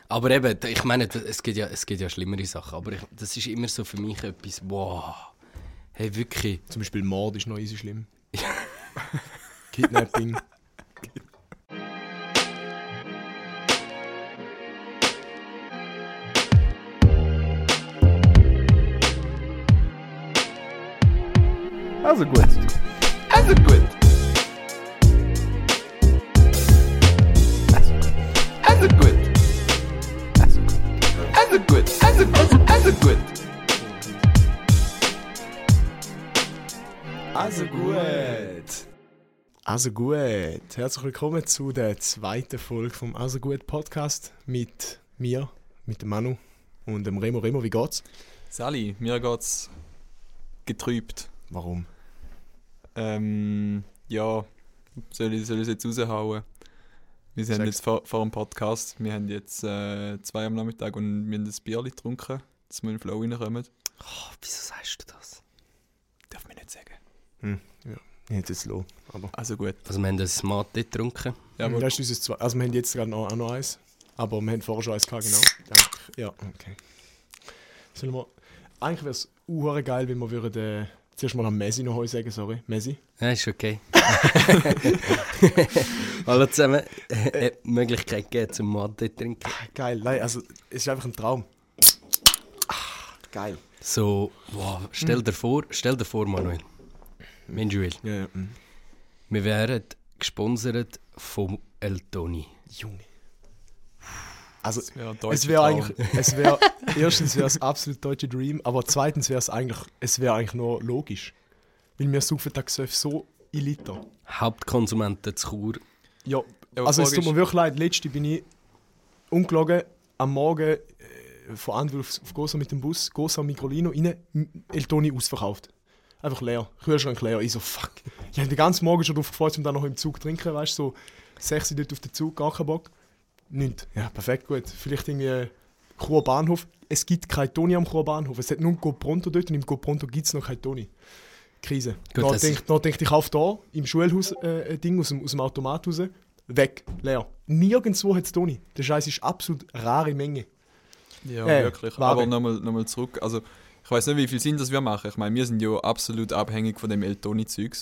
Aber eben, ich meine, es gibt ja schlimmere Sachen, aber das ist immer so für mich etwas, wow, hey, wirklich. Zum Beispiel Mord ist noch easy schlimm. Kidnapping. Also gut. Also gut. Also gut. Also gut. Also gut. Also gut. Also gut. Herzlich willkommen zu der zweiten Folge vom Also gut Podcast mit mir, mit dem Manu und dem Remo. Remo, wie geht's? Sally, mir geht's getrübt. Warum? Ja, soll ich es jetzt raushauen? Wir sind jetzt vor dem Podcast. Wir haben jetzt 2 am Nachmittag und wir haben ein Bierchen getrunken, dass wir in den Flow reinkommen. Oh, wieso sagst du das? Darf man nicht sagen. Ja, ich hätte es los. Aber Also gut. Also wir haben ein Smart getrunken. Ja, aber das ist unser also wir haben jetzt gerade auch noch eins. Aber wir haben vorher schon eins gehabt, genau. Danke. Ja, okay. Sollen wir... Eigentlich wäre es geil, wenn wir würden... Zuerst mal am Messi noch sagen, sorry. Messi. Ja, ist okay. Hallo zusammen. Die Möglichkeit gegeben, zum Mate trinken. Geil, nein, also es ist einfach ein Traum. Geil. So, wow, stell dir vor, Manuel. Menjuel. Ja. Wir wären gesponsert vom El Toni. Junge. Also, es wäre erstens wäre es absolut deutsche Dream, aber zweitens wäre es eigentlich nur logisch. Weil wir saufen da so in Liter. Hauptkonsumenten zu Chur. Ja, also es tut mir wirklich leid. Letzte bin ich ungelogen am Morgen von Antwil auf Gosa mit dem Bus, Gosa Microlino, rein, El Toni ausverkauft. Einfach leer, Kühlschrank leer. Ich so, fuck. Ich habe den ganzen Morgen schon darauf gefreut, um dann noch im Zug zu trinken, weißt du, so 6 dort auf den Zug, gar keinen Bock. Nicht. Ja, perfekt, gut. Vielleicht irgendwie Chur Bahnhof. Es gibt kein Toni am Chur Bahnhof. Es hat nur Go Pronto dort und im Go Pronto gibt es noch kein Toni. Krise. Gut, Dann denke ich, kaufe da im Schulhaus ein Ding aus dem Automat raus. Weg, leer. Nirgendwo hat es Toni. Der Scheiß ist absolut rare Menge. Ja, wirklich. Ware. Aber nochmal zurück. Also, ich weiß nicht, wie viel Sinn das wir machen. Ich meine, wir sind ja absolut abhängig von dem El Toni-Zeugs.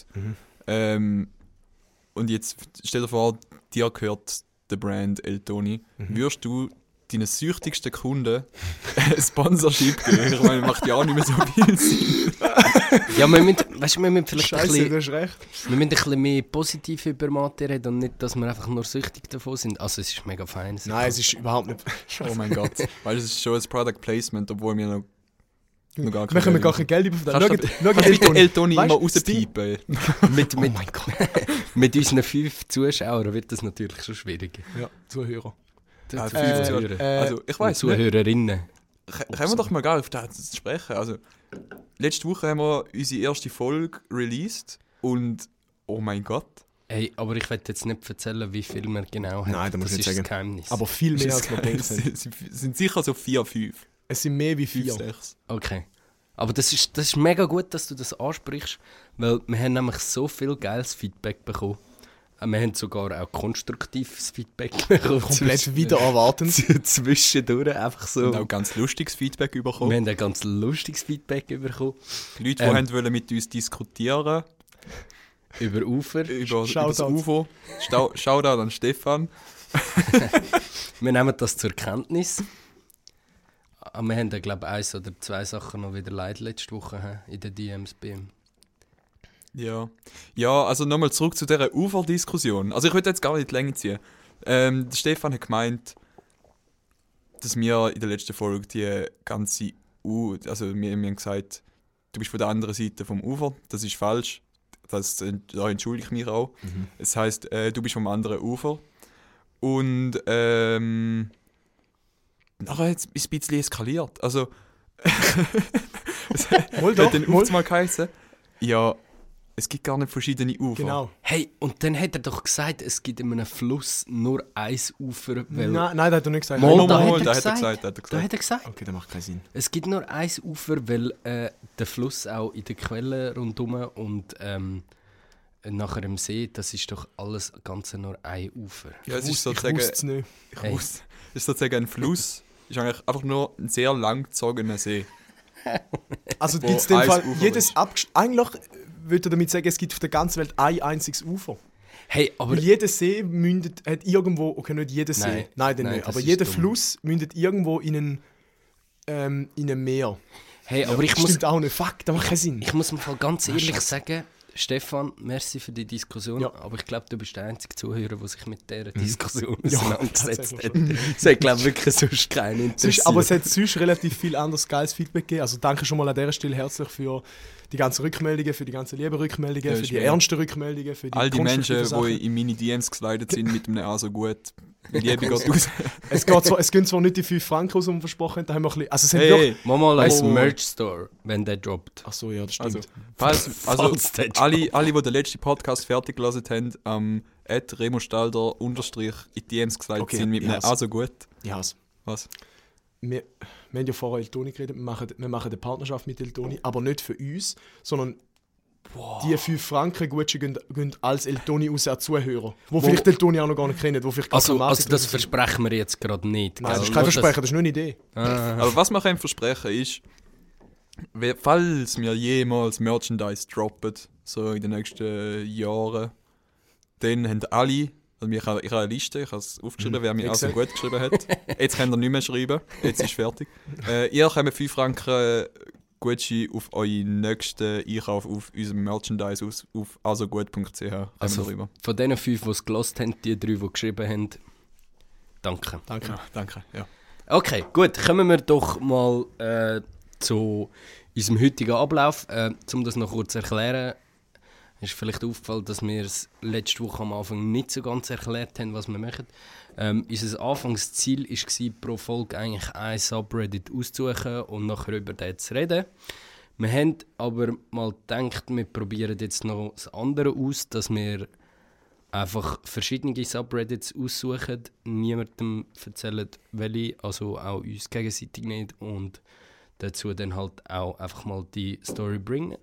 Und jetzt stell dir vor, dir gehört der Brand El Toni. Würdest du deinen süchtigsten Kunden ein Sponsorship geben? Ich meine, macht ja auch nicht mehr so viel Sinn. Ja, wir müssen vielleicht Scheiße, du hast recht. wir müssen ein bisschen mehr positiv über Mate reden und nicht, dass wir einfach nur süchtig davon sind. Also es ist mega fein. Nein, es ist überhaupt nicht... Oh mein Gott. Weil es ist schon ein Product Placement, obwohl wir noch gar Wir können gar kein Geld über Kannst du bitte El Toni immer rauspiepen? Oh mein Gott. Mit unseren 5 Zuschauern wird das natürlich schon schwierig. Ja, Zuhörer. Zuhörer. Also, ich weiss nicht. Zuhörerinnen. Können wir doch mal gar auf das sprechen. Also, letzte Woche haben wir unsere erste Folge released und oh mein Gott. Hey, aber ich will jetzt nicht erzählen, wie viel wir genau haben. Nein, da muss ich nicht das ist sagen. das Geheimnis. Aber viel mehr als wir denken. Es sind sicher so 4, 5. Es sind mehr wie 4. 6. Okay. Aber das ist mega gut, dass du das ansprichst, weil wir haben nämlich so viel geiles Feedback bekommen. Wir haben sogar auch konstruktives Feedback bekommen. Komplett wieder erwartend. Zwischendurch einfach so. Und auch ganz lustiges Feedback bekommen. Wir haben ein ganz lustiges Feedback bekommen. Leute, die wollen mit uns diskutieren. Über Ufer. Über das UFO. Shoutout an Stefan. Wir nehmen das zur Kenntnis. Wir haben da, glaube ich, 1 oder 2 Sachen noch wieder leid letzte Woche in den DMs bei ihm. Ja, also nochmal zurück zu dieser Ufer-Diskussion. Also ich würde jetzt gar nicht die Länge ziehen. Der Stefan hat gemeint, dass wir in der letzten Folge die ganze also wir haben gesagt, du bist von der anderen Seite vom Ufer. Das ist falsch. Da entschuldige ich mich auch. Es heisst, du bist vom anderen Ufer. Und nachher ist es ein bisschen eskaliert. Also es hat dann mal geheißen, ja, es gibt gar nicht verschiedene Ufer. Genau. Hey, und dann hat er doch gesagt, es gibt in einem Fluss nur ein Ufer. Weil Nein, das hat er nicht gesagt. Mal, da Da hat er gesagt. gesagt. Okay, das macht keinen Sinn. Es gibt nur ein Ufer, weil der Fluss auch in der Quelle rundherum und nachher im See, das ist doch alles Ganze nur ein Ufer. Ja, es ist Ich sozusagen... wusste es nicht. Ich Hey. wusste. ist sozusagen ein Fluss, ist eigentlich einfach nur ein sehr langgezogener See. Also gibt es in dem Fall jedes eigentlich würde ich damit sagen, es gibt auf der ganzen Welt ein einziges Ufer. Hey, aber... Weil jeder See hat irgendwo, okay, nicht jeder See, nein, nicht, aber jeder Fluss mündet irgendwo in ein Meer. Hey, aber das stimmt auch nicht, fuck, das macht keinen Sinn. Ich muss mal ganz ehrlich sagen, Stefan, merci für die Diskussion, aber ich glaube, du bist der einzige Zuhörer, der sich mit dieser Diskussion auseinandergesetzt hat. Es hat, glaube ich, wirklich sonst keinen interessiert. Aber es hat sonst relativ viel anderes geiles Feedback gegeben. Also danke schon mal an dieser Stelle herzlich für die ganzen Rückmeldungen, für die ganzen lieben Rückmeldungen, für die ernsten Rückmeldungen, für die all die Menschen, die in meine DMs geslidet sind mit einem so gut. Liebe geht raus. Es gehen zwar nicht die 5 Franken raus, die wir versprochen haben, da haben wir ein bisschen... Also es hey, mach mal ein Merch-Store, wenn der droppt. Ach so, ja, das stimmt. Also alle, die den letzten Podcast fertig gelassen haben, @remostalder_ in die DMs geslidet sind mit einem so gut. Ich hasse. Was? Wir haben ja vorher Eltoni geredet, wir machen eine Partnerschaft mit Eltoni, aber nicht für uns, sondern die 5 Franken Gutscheine gehen als Eltoni aus an Zuhörer, die vielleicht Eltoni auch noch gar nicht kennen. Also das versprechen wir jetzt gerade nicht. Nein, das ist kein Versprechen, das ist nur eine Idee. Aber was wir können versprechen ist, falls wir jemals Merchandise droppen, so in den nächsten Jahren, dann haben alle... Also ich habe eine Liste, ich habe es aufgeschrieben, wer mir also gut geschrieben hat. Jetzt könnt ihr nicht mehr schreiben, jetzt ist fertig. Ihr kommt 5 Franken Gutschein auf euren nächsten Einkauf auf unserem Merchandise auf asogut.ch. Also von den 5, die es gehört haben, die 3, die geschrieben haben, danke. Danke, ja. Okay, gut, kommen wir doch mal zu unserem heutigen Ablauf. Um das noch kurz zu erklären, ist vielleicht aufgefallen, dass wir es letzte Woche am Anfang nicht so ganz erklärt haben, was wir machen. Unser Anfangsziel war, pro Folge eigentlich ein Subreddit auszusuchen und nachher über den zu reden. Wir haben aber mal gedacht, wir probieren jetzt noch das andere aus, dass wir einfach verschiedene Subreddits aussuchen, niemandem erzählen, welche, also auch uns gegenseitig nicht, und dazu dann halt auch einfach mal die Story bringen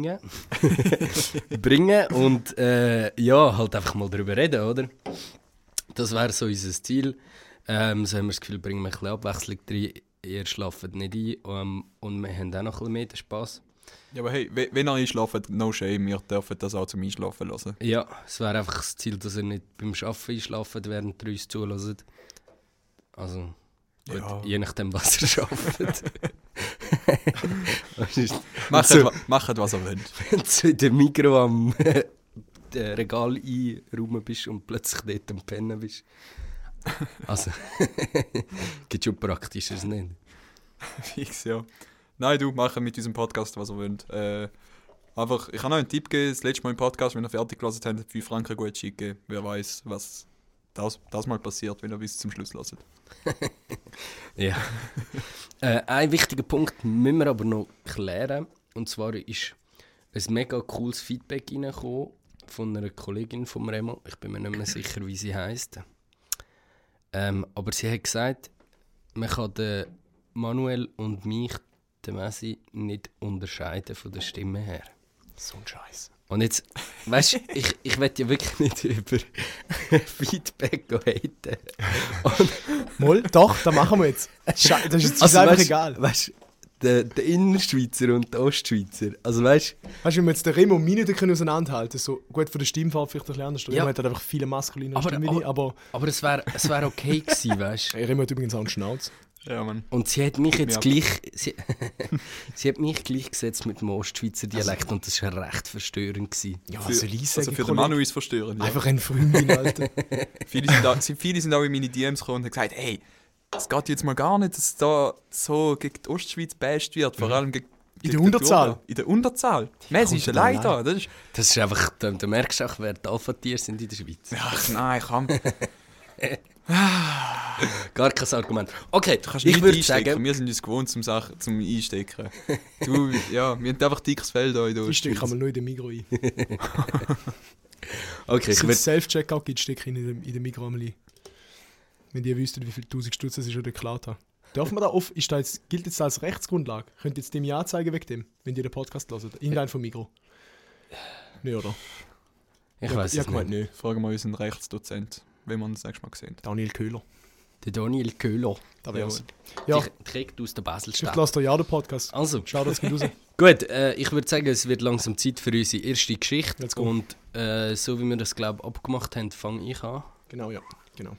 und halt einfach mal darüber reden, oder? Das wäre so unser Ziel. So haben wir das Gefühl, bringen wir ein bisschen Abwechslung rein. Ihr schlaft nicht ein und wir haben auch noch ein bisschen mehr Spass. Ja, aber hey, wenn ihr einschlaft, no shame, wir dürfen das auch zum Einschlafen lassen. Ja, es wäre einfach das Ziel, dass ihr nicht beim Arbeiten einschlaft, während ihr uns zulässt. Also, gut, je nachdem, was ihr schafft. Macht, was ihr wollt. Wenn du in der Mikro am Regal einräumen bist und plötzlich dort am Pennen bist. Also, gibt schon Praktisches nicht. Fix, ja. Nein, du, machen mit unserem Podcast, was ihr wollt. Einfach, ich kann noch einen Tipp geben, das letzte Mal im Podcast, wenn ihr fertig gelassen habt, 5 Franken Gutschein gegeben. Wer weiß, was das mal passiert, wenn ihr bis zum Schluss hört. Ja. Ein wichtiger Punkt müssen wir aber noch klären. Und zwar ist ein mega cooles Feedback reingekommen von einer Kollegin von Remo. Ich bin mir nicht mehr sicher, wie sie heisst. Aber sie hat gesagt, man kann den Manuel und mich, den Messi, nicht unterscheiden von der Stimme her. So ein Scheiß. Und jetzt, weißt du, ich will ja wirklich nicht über Feedback haten. Moll, doch, das machen wir jetzt. Das ist also, einfach egal. Weißt du, der Innerschweizer und der Ostschweizer. Also weißt du, wenn wir jetzt den Remo und meine auseinanderhalten, so gut von der Stimmfarbe vielleicht ein bisschen anders. Ja. Remo hat halt einfach viele maskuline Stimmen, aber es wär okay gewesen, weißt du. Remo hat übrigens auch einen Schnauz. Ja, Mann. Und sie hat mich jetzt gleich... Sie hat mich gleich gesetzt mit dem Ostschweizer Dialekt und das war recht verstörend gewesen. Ja, was soll ich sagen, also für den Manu ist es verstörend. Ja. Einfach ein Freundin, Alter. Viele sind auch in meine DMs gekommen und haben gesagt, hey, es geht jetzt mal gar nicht, dass da so gegen die Ostschweiz basht wird, vor allem gegen in der Unterzahl. In der Unterzahl. Messi ist allein da. Das ist einfach, du merkst auch, wer die Alpha-Tiere sind in der Schweiz. Ach nein, komm. Gar kein Argument. Okay, du kannst nicht einstecken. Wir sind uns gewohnt zum Einstecken. Du, ja, wir haben einfach dickes Fell da in der Ostschweiz. Ich stecke mal nur in den Migros ein. Okay, wenn es Self-Checkout gibt, stecke ich in den Migros einmal ein. Wenn die wüssten, wie viele 1000 Stutz ich schon geklaut habe. Dürfen wir da auf? Gilt jetzt als Rechtsgrundlage? Könnt ihr jetzt dem Ja zeigen wegen dem, wenn ihr den Podcast hört? Inline vom Migros. Nee, oder? Ich weiß es nicht. Nicht. Fragen wir unseren Rechtsdozent, wenn wir uns das nächste Mal sehen. Daniel Köhler. Der Daniel Köhler. Da wär's. Ja. Direkt aus der Baselstadt. Ich lasse dir ja den Podcast. Also. Schau, das geht raus. Gut, ich würde sagen, es wird langsam Zeit für unsere erste Geschichte. Let's go. Und so wie wir das, glaube ich, abgemacht haben, fange ich an. Genau, ja. Genau.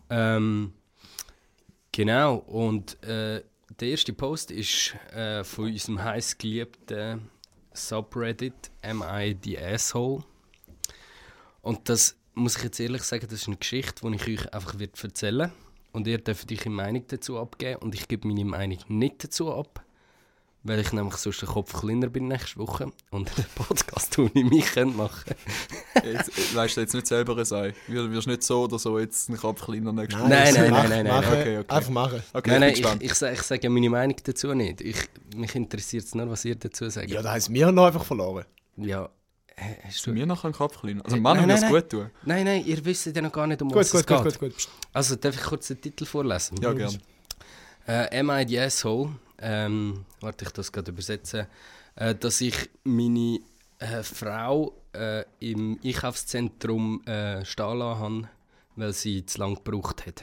Genau, und der erste Post ist von unserem heiß geliebten Subreddit Am I the Asshole? Und das muss ich jetzt ehrlich sagen, das ist eine Geschichte, die ich euch einfach erzählen werde. Und ihr dürft eure Meinung dazu abgeben. Und ich gebe meine Meinung nicht dazu ab, weil ich nämlich sonst den Kopf kleiner bin nächste Woche und den Podcast ohne mich machen Jetzt, weißt du jetzt nicht selber sein? Wirst nicht so oder so jetzt einen Kopf kleiner nächste Woche? Nein. Okay. Einfach machen. Okay, Nein, ich sage ja meine Meinung dazu nicht. Mich interessiert es nur, was ihr dazu sagt. Ja, da heisst wir noch einfach verloren. Ja. Hast du mir nachher einen Kopf kleiner? Also Mann, würde es gut tun. Nein, ihr wisst ja noch gar nicht, um was es geht. Gut. Also, darf ich kurz den Titel vorlesen? Ja, gerne. Am I the Asshole? Warte, ich das gerade übersetzen. Dass ich meine Frau im Einkaufszentrum stehen lassen habe, weil sie zu lange gebraucht hat.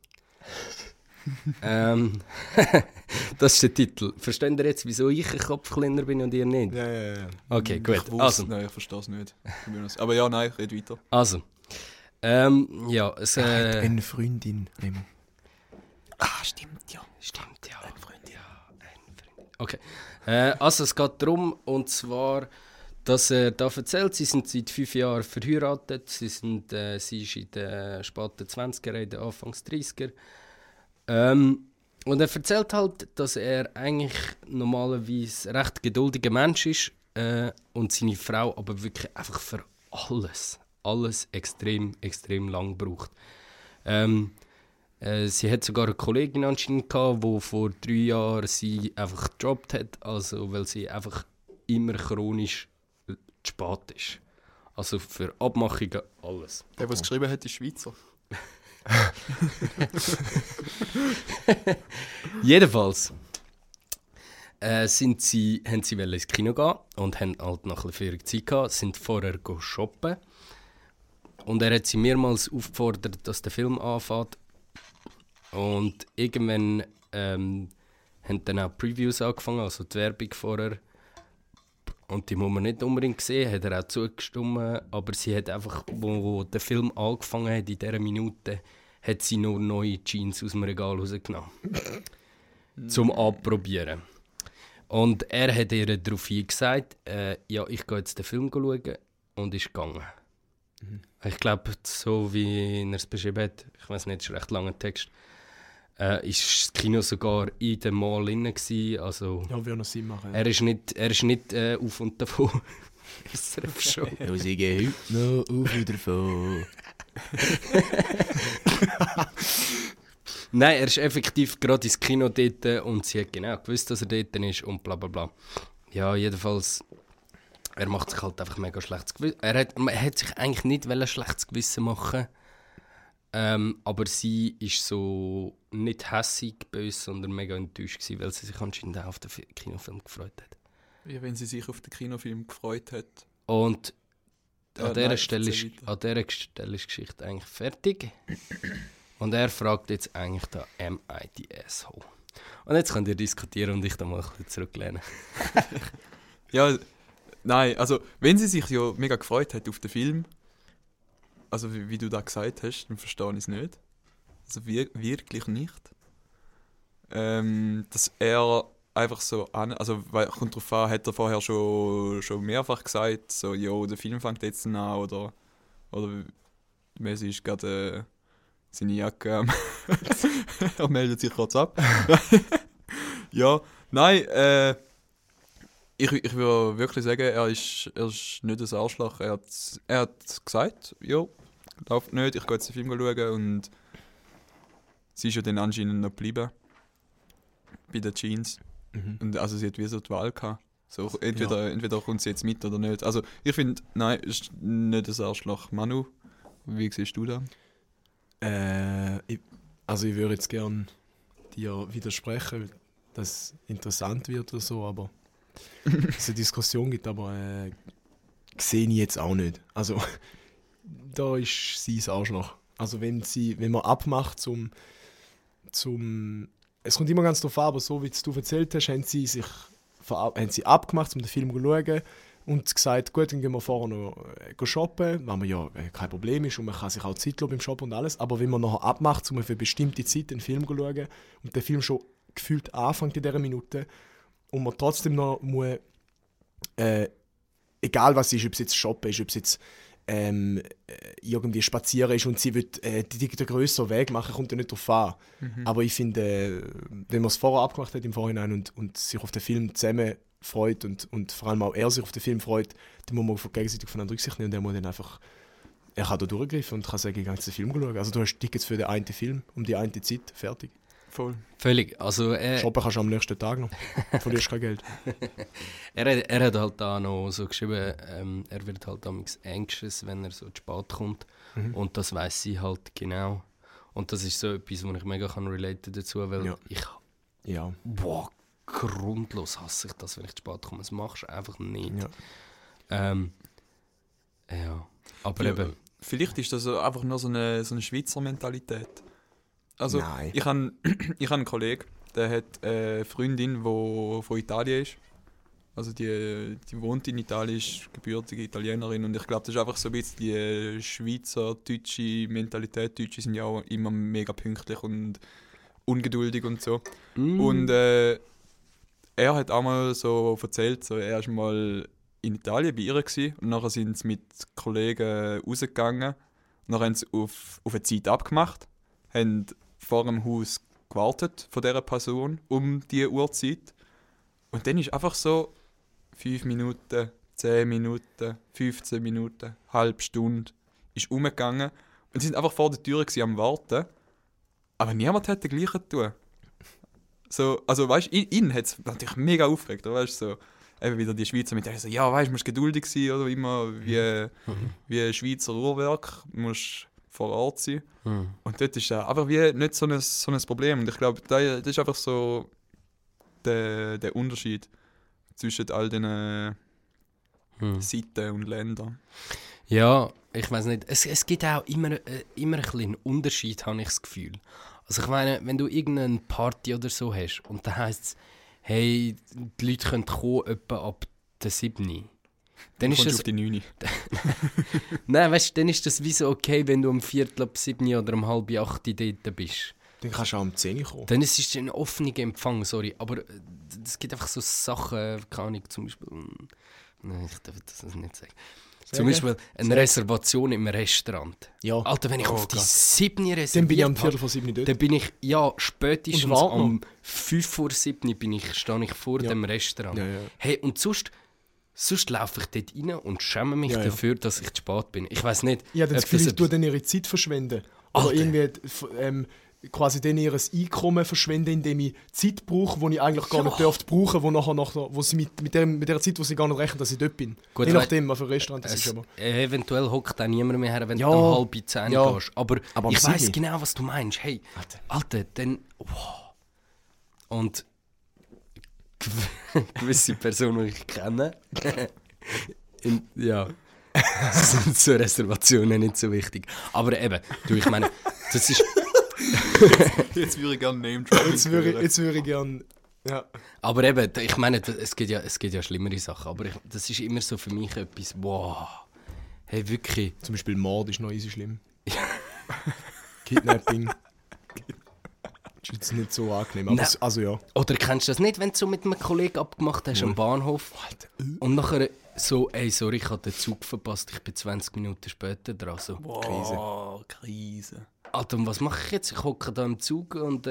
Das ist der Titel. Versteht ihr jetzt, wieso ich ein Kopf kleiner bin und ihr nicht? Ja. Okay, gut. Nein, ich verstehe es nicht. Aber ja, nein, red weiter. Also. Ja, es... Eine Freundin. Stimmt, ja. Eine Freundin. Okay. Also, es geht darum, und zwar, dass er da erzählt, sie sind seit 5 Jahren verheiratet, sie ist in den späten 20er, in den Anfangs 30er. Und er erzählt halt, dass er eigentlich normalerweise ein recht geduldiger Mensch ist und seine Frau aber wirklich einfach für alles extrem lang braucht. Sie hat sogar eine Kollegin anscheinend gehabt, die vor 3 Jahren sie einfach gedroppt hat, also weil sie einfach immer chronisch zu spät ist. Also für Abmachungen alles. Der es geschrieben hat, ist Schweizer. Jedenfalls haben sie ins Kino gehen und haben halt nach ein bisschen Zeit gehabt, sind vorher shoppen. Und er hat sie mehrmals aufgefordert, dass der Film anfängt. Und irgendwann haben dann auch Previews angefangen, also die Werbung vorher. Und die muss man nicht unbedingt sehen, hat er auch zugestimmt. Aber sie hat einfach, wo der Film angefangen hat, in dieser Minute, hat sie noch neue Jeans aus dem Regal rausgenommen. Zum Anprobieren. Und er hat ihr daraufhin gesagt, ja, ich gehe jetzt den Film schauen. Und ist gegangen. Ich glaube, so wie er es beschrieben hat, ich weiß nicht, es ist ein recht langer Text, ist das Kino sogar in dem Mall drin gewesen, also ja, wir noch Sinn machen. Er ist nicht auf und davon. SRF schon. Ja, sie gehen heute noch auf und davon. Nein, er ist effektiv gerade ins Kino dort und sie hat genau gewusst, dass er dort ist und bla bla bla. Ja, jedenfalls, er macht sich halt einfach mega schlechtes Gewissen. Er hat sich eigentlich nicht ein schlechtes Gewissen machen, aber sie ist so nicht hässig böse, sondern mega enttäuscht gewesen, weil sie sich anscheinend auch auf den Kinofilm gefreut hat. Ja, wenn sie sich auf den Kinofilm gefreut hat. Und an dieser Stelle ist die Geschichte eigentlich fertig. Und er fragt jetzt eigentlich da, am I the asshole? Und jetzt könnt ihr diskutieren und ich da mal ein bisschen zurücklehnen. Ja, nein, also wenn sie sich ja mega gefreut hat auf den Film, also wie du da gesagt hast, dann verstehe ich es nicht. Also wirklich nicht. Dass er einfach so also weil, kommt drauf an, hat er vorher schon mehrfach gesagt, so, jo, der Film fängt jetzt an, oder Messi ist gerade seine Jacke er meldet sich kurz ab. Ja, nein, ich würde wirklich sagen, er ist nicht ein Arschloch. Er hat gesagt, jo, läuft nicht, ich gehe jetzt den Film schauen, und sie ist ja dann anscheinend noch geblieben bei den Jeans. Und also sie hat wie so die Wahl gehabt. So, entweder kommt sie jetzt mit oder nicht. Also ich finde, nein, ist nicht ein Arschloch. Manu, wie siehst du das? Ich würde jetzt gerne dir widersprechen, dass es interessant wird oder so, aber es eine Diskussion gibt, aber sehe ich jetzt auch nicht. Also da ist sie das Arschloch. Also wenn man abmacht, um es kommt immer ganz drauf an, aber so wie du erzählt hast, haben sie abgemacht, um den Film zu schauen und gesagt, gut, dann gehen wir vorher noch shoppen, was ja kein Problem ist und man kann sich auch Zeit lassen beim Shoppen und alles, aber wenn man nachher abmacht, um für eine bestimmte Zeit den Film zu schauen und der Film schon gefühlt anfängt in dieser Minute und man trotzdem noch muss, egal was es ist, ob es jetzt shoppen ist, ob es jetzt irgendwie spazieren ist und sie will den grösseren Weg machen, kommt ja nicht drauf an. Aber ich finde, wenn man es vorher abgemacht hat im Vorhinein und sich auf den Film zusammen freut und vor allem auch er sich auf den Film freut, dann muss man gegenseitig voneinander Rücksicht nehmen und er muss dann einfach, er kann da durchgreifen und kann sagen, ich gehe jetzt den Film schauen. Also du hast Tickets für den einen Film, um die eine Zeit, fertig. Voll. Völlig. Also, shoppen kannst du am nächsten Tag noch. Verlierst kein Geld. er hat halt da noch so geschrieben, er wird halt damals anxious, wenn er so zu spät kommt. Und das weiss sie halt genau. Und das ist so etwas, wo ich mega kann relaten dazu, weil boah, grundlos hasse ich das, wenn ich zu spät komme. Das machst du einfach nicht. Ja. Aber eben. Vielleicht ist das einfach nur so eine Schweizer Mentalität. Also, ich habe einen Kollegen, der hat eine Freundin, die von Italien ist. Also die wohnt in Italien, ist gebürtige Italienerin und ich glaube, das ist einfach so ein bisschen die schweizerdeutsche Mentalität. Die Deutschen sind ja auch immer mega pünktlich und ungeduldig und so. Und er hat auch mal so erzählt, so, er war mal in Italien bei ihr gewesen, und nachher sind sie mit Kollegen rausgegangen. Und dann haben sie auf eine Zeit abgemacht, haben vor dem Haus gewartet von dieser Person um diese Uhrzeit. Und dann ist einfach so 5 Minuten, 10 Minuten, 15 Minuten, halbe Stunde ist umgegangen. Und sie sind einfach vor der Tür am Warten. Aber niemand hat den gleichen getan. So, also weißt du, ihn hat es natürlich mega aufgeregt. Weißt, so, eben wieder die Schweizer mit so, ja, weißt du, musst geduldig sein oder immer wie ein Schweizer Uhrwerk, musst vor Ort sein. Und dort ist aber wie nicht so ein Problem. Und ich glaube, das ist einfach so der Unterschied zwischen all diesen Seiten und Ländern. Ja, ich weiß nicht. Es gibt auch immer ein bisschen einen Unterschied, habe ich das Gefühl. Also ich meine, wenn du irgendeine Party oder so hast und dann heisst es, hey, die Leute können kommen etwa ab der 7. Dann ist das auf die 9. Nein, weißt du, dann ist das wie so okay, wenn du um 7 oder um 7:30 dort bist. Dann kannst du auch um 10 kommen. Dann ist es ein offener Empfang, sorry. Aber es gibt einfach so Sachen, keine Ahnung, zum Beispiel... Nein, ich darf das nicht sagen. Zum Beispiel eine Reservation im Restaurant. Ja. Alter, wenn ich auf die 7 reserviert dann bin ich am 6:45 dort. Dann bin ich, spätestens um 6:55 stehe ich vor dem Restaurant. Ja, ja. Hey, und sonst laufe ich dort rein und schäme mich dafür, dass ich zu spät bin. Ich weiss nicht. Ja, das Gefühl, ich tue dann ihre Zeit verschwenden. Oder irgendwie quasi dann ihr Einkommen verschwenden, indem ich Zeit brauche, die ich eigentlich gar nicht dürfte brauchen, wo sie mit der Zeit, wo sie gar nicht rechnen, dass ich dort bin. Gut, je nachdem, was für ein Restaurant das ist. Aber. Eventuell hockt auch niemand mehr her, wenn du um 9:30 gehst. Aber ich weiss genau, was du meinst. Hey, Alter, dann... Wow. Und gewisse Personen, die ich kenne, sind so Reservationen nicht so wichtig. Aber eben, ich meine, das ist... Jetzt würde ich gerne Name-Dropping. Jetzt würde ich gerne... Ja. Aber eben, ich meine, es gibt ja schlimmere Sachen, aber das ist immer so für mich etwas, wow, hey, wirklich. Zum Beispiel Mord ist noch easy schlimm. Kidnapping. Ist jetzt nicht so angenehm, aber also ja. Oder kennst du das nicht, wenn du so mit einem Kollegen abgemacht hast am Bahnhof und nachher so, ey, sorry, ich habe den Zug verpasst, ich bin 20 Minuten später dran. So. Wow, Krise. Alter, und was mache ich jetzt? Ich hocke da im Zug und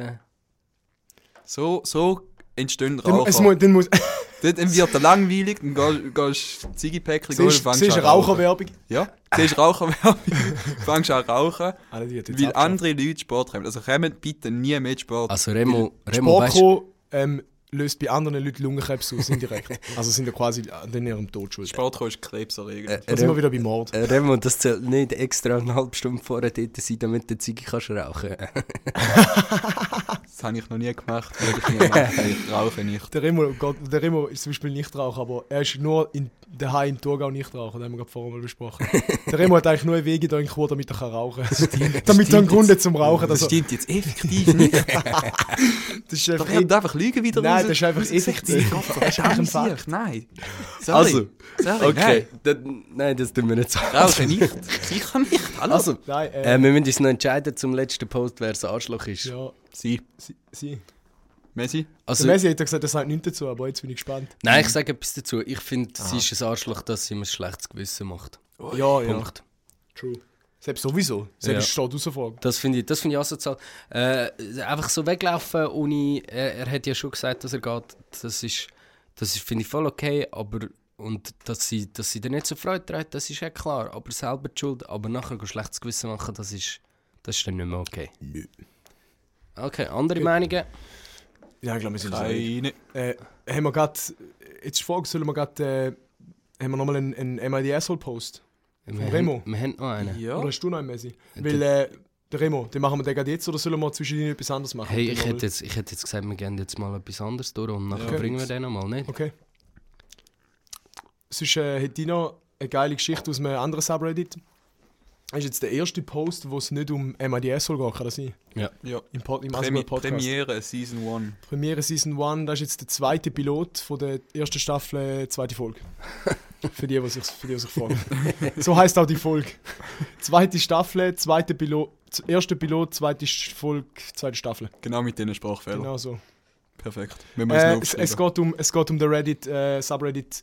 So entstehen Raucher. Dann wird er langweilig, dann gehst du Ziggy-Päckchen holen und fängst an rauchen. Siehst du Raucherwerbung? Ja, siehst Raucherwerbung, fängst an rauchen, weil andere Leute Sport haben. Also kommen bitte nie mit Sport. Also Remo Sport kommen, löst bei anderen Leuten Lungenkrebs aus, indirekt. Also sind ja quasi an ihrem Tod schuld. Sport ist krebserregend. Da sind wir wieder bei Mord. Remo, das zählt nicht extra eine halbe Stunde vorher dort sein, damit du die Ziege kannst rauchen. Das habe ich noch nie gemacht, würde ich nie machen. Ich rauche nicht. Der Remo ist zum Beispiel Nichtraucher, aber er ist nur daheim in Thurgau Nichtraucher, das haben wir gerade vorher mal besprochen. Der Remo hat eigentlich nur einen Weg in Chur, damit er rauchen kann. Damit er einen Grund hat zum Rauchen. Das stimmt jetzt effektiv nicht. Das ist Doch, ihr habt einfach Lügen wieder Nein, das ist einfach effektiv. Das ist ein Fakt. Nein. Also, Sorry, okay. Nein, das tun wir nicht so. Rauche nicht. Sicher nicht. Hallo. Also, Nein, wir müssen uns noch entscheiden zum letzten Post, wer das Arschloch ist. ja, Sie. sie. Messi? Also, Der Messi hat ja gesagt, er sagt nichts dazu, aber jetzt bin ich gespannt. nein, ich sage etwas dazu. Ich finde, sie ist ein Arschloch, dass sie mir ein schlechtes Gewissen macht. Ja, Punkt. True. Selbst sowieso. Selbst steht außer Frage. Das finde ich asozial. Einfach so weglaufen ohne... Er hat ja schon gesagt, dass er geht. Das ist finde ich voll okay, aber... Und dass sie dir nicht so Freude trägt, das ist ja klar. Aber selber die Schuld. Aber nachher ein schlechtes Gewissen machen, das ist dann nicht mehr okay. Nö. Okay, andere Meinungen? Ja, ich glaube, wir sind Keine. haben wir gerade... Jetzt die Frage, sollen wir gerade... haben wir nochmal einen Am I the Asshole-Post? Von Remo? Wir haben noch einen. Ja. Oder hast du noch einen, Messi? Weil, der Remo, den machen wir den gerade jetzt oder sollen wir zwischen ihnen etwas anderes machen? Hey, ich hätte jetzt gesagt, wir gehen jetzt mal etwas anderes durch und nachher Okay. bringen wir den nochmal, nicht? Okay. Sonst hat Dino eine geile Geschichte aus einem anderen Subreddit. Das ist jetzt der erste Post, wo es nicht um Am I the Asshole geht, kann das sein? Ja. Im Asshole Podcast. Premiere Season 1. Premiere Season 1, das ist jetzt der zweite Pilot von der ersten Staffel, zweite Folge. Für die sich fragen. So heisst auch die Folge. Zweite Staffel, zweite Pilot, erste Pilot, zweite Folge, zweite Staffel. Genau mit diesen Sprachfehlern. Genau so. Perfekt. Wir müssen Es geht um den Reddit, Subreddit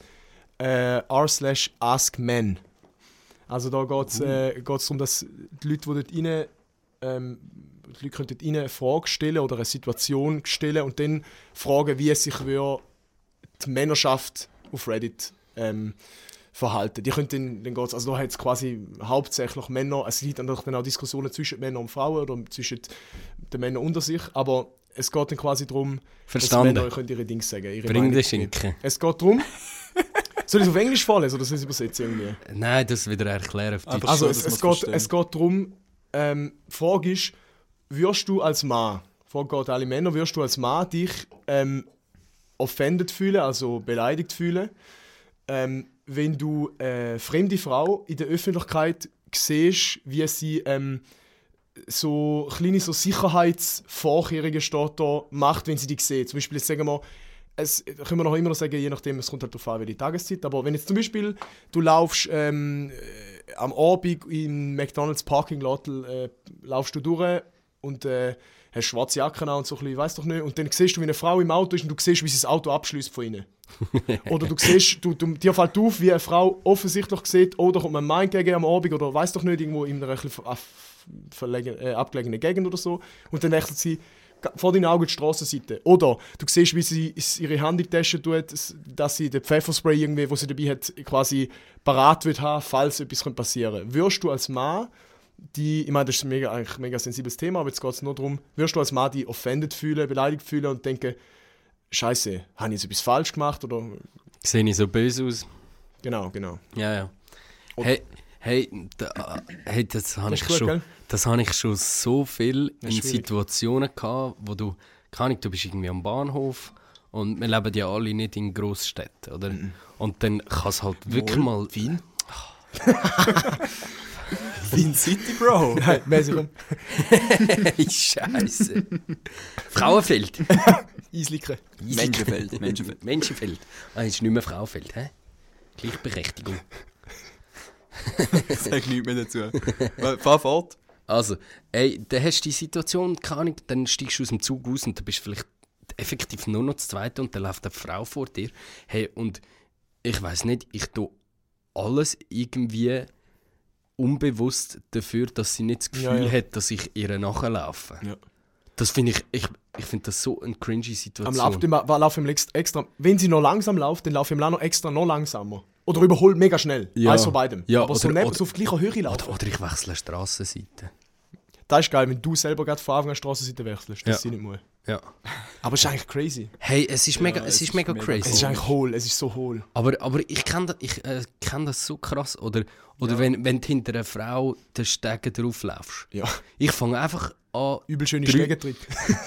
r/askmen. Also da geht es darum, dass die Leute, die dort rein, die Leute können dort rein eine Frage stellen oder eine Situation stellen und dann fragen, wie sich die Männerschaft auf Reddit verhalten. Die können dann geht's, also da hat es quasi hauptsächlich Männer, es gibt dann auch Diskussionen zwischen Männern und Frauen oder zwischen den Männern unter sich, aber es geht dann quasi darum, Verstanden. dass Männer können ihre Dinge sagen. Ihre Bring Meinung den geben. Schinken. Es geht darum... Soll ich es auf Englisch vorlesen oder soll ich es übersetzen irgendwie? Nein, das wieder erklären auf Deutsch. Einfach Also so, dass es man's geht verstehen. darum, die Frage ist, wirst du als Mann, die Frage geht an alle Männer, wirst du als Mann dich offended fühlen, also beleidigt fühlen, wenn du eine fremde Frau in der Öffentlichkeit siehst, wie sie so kleine so Sicherheitsvorkehrungen steht da macht, wenn sie dich sieht. Zum Beispiel, jetzt sagen wir, es können wir noch immer noch sagen, je nachdem, es kommt halt darauf an, welche Tageszeit. Aber wenn jetzt zum Beispiel du laufst am Abend im McDonald's Parking Lot, laufst du durch und hast schwarze Jacken an und so ein bisschen, weiss doch nicht. Und dann siehst du, wie eine Frau im Auto ist und du siehst, wie sie das Auto abschließt von innen. Oder du siehst, dir fällt auf, wie eine Frau offensichtlich sieht, oh, da kommt mein Mann entgegen am Abend oder weiss doch nicht, irgendwo in einer abgelegenen Gegend oder so. Und dann wechselt sie vor deinen Augen die Strassenseite. Oder du siehst, wie sie ihre Hand in die Tasche tut, dass sie den Pfefferspray, irgendwie, wo sie dabei hat, quasi parat wird haben, falls etwas passieren könnte. Wirst du als Mann, ich meine, das ist eigentlich ein mega sensibles Thema, aber jetzt geht es nur darum, wirst du als Mann dich offended fühlen, beleidigt fühlen und denken, Scheiße, habe ich jetzt etwas falsch gemacht? Oder... Sehe ich so böse aus? Genau. Ja. Und- Hey, das habe Das ich ist gut, schon. gell? Das habe ich schon so viel Das in ist schwierig. Situationen gehabt, wo du, keine Ahnung, du bist irgendwie am Bahnhof und wir leben ja alle nicht in Großstädten, oder? Und dann kann es halt wirklich mal... Wien? Wien City, Bro. Nein, mäßig rum. Hey, Scheiße. Frauenfeld. Eislikre. Menschenfeld. Ah, ist nicht mehr Frauenfeld, hä? Gleichberechtigung. Sag nichts mehr dazu. Fahr fort. Also, ey, dann hast du die Situation, keine Ahnung, dann steigst du aus dem Zug aus und dann bist du vielleicht effektiv nur noch das Zweite und dann läuft eine Frau vor dir. Hey, und ich weiss nicht, ich tue alles irgendwie unbewusst dafür, dass sie nicht das Gefühl hat, dass ich ihr nachlaufe. Ja. Das finde ich finde das so eine cringy Situation. Lauf ihm extra. Wenn sie noch langsam läuft, dann lauf ihm noch extra noch langsamer. Oder überholt mega schnell. Ja. Eins von beidem. Ja, aber so, oder- so auf gleicher Höhe laufen. Oder ich wechsle eine Strassenseite. Das ist geil, wenn du selber gerade von Anfang an Strassenseite wechselst. Das Ja. sind nicht muss. Ja. Aber es ist eigentlich crazy. Hey, es ist mega crazy. Es ist eigentlich hohl, es ist so hohl. Aber ich kenne das so krass. Oder wenn du hinter einer Frau den Stegen drauflaufst. Ja. Ich fange einfach an, Übel schöne Stegentritt.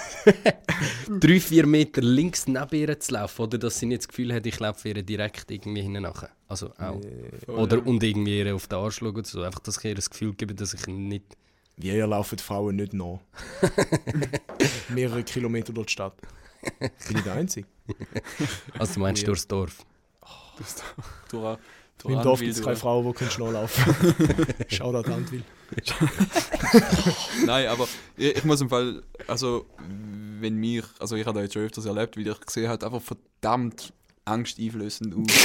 3-4 Meter links neben ihr zu laufen. Oder dass sie nicht das Gefühl hat, ich laufe ihr direkt irgendwie hinten nachher. Also auch. Und irgendwie ihr auf den Arsch schauen oder so. Einfach, dass ich ihr das Gefühl gebe, dass ich nicht... Wie ihr laufen die Frauen nicht nach. Mehrere Kilometer durch die Stadt. Bin ich der Einzige? Also du meinst durchs Dorf? Im Dorf gibt es keine Frau, die schnell laufen kann. Shoutout Antwil. Nein, aber ich muss im Fall, also ich habe das jetzt schon öfters erlebt, wie ich gesehen habe, einfach verdammt angsteinflößend aus.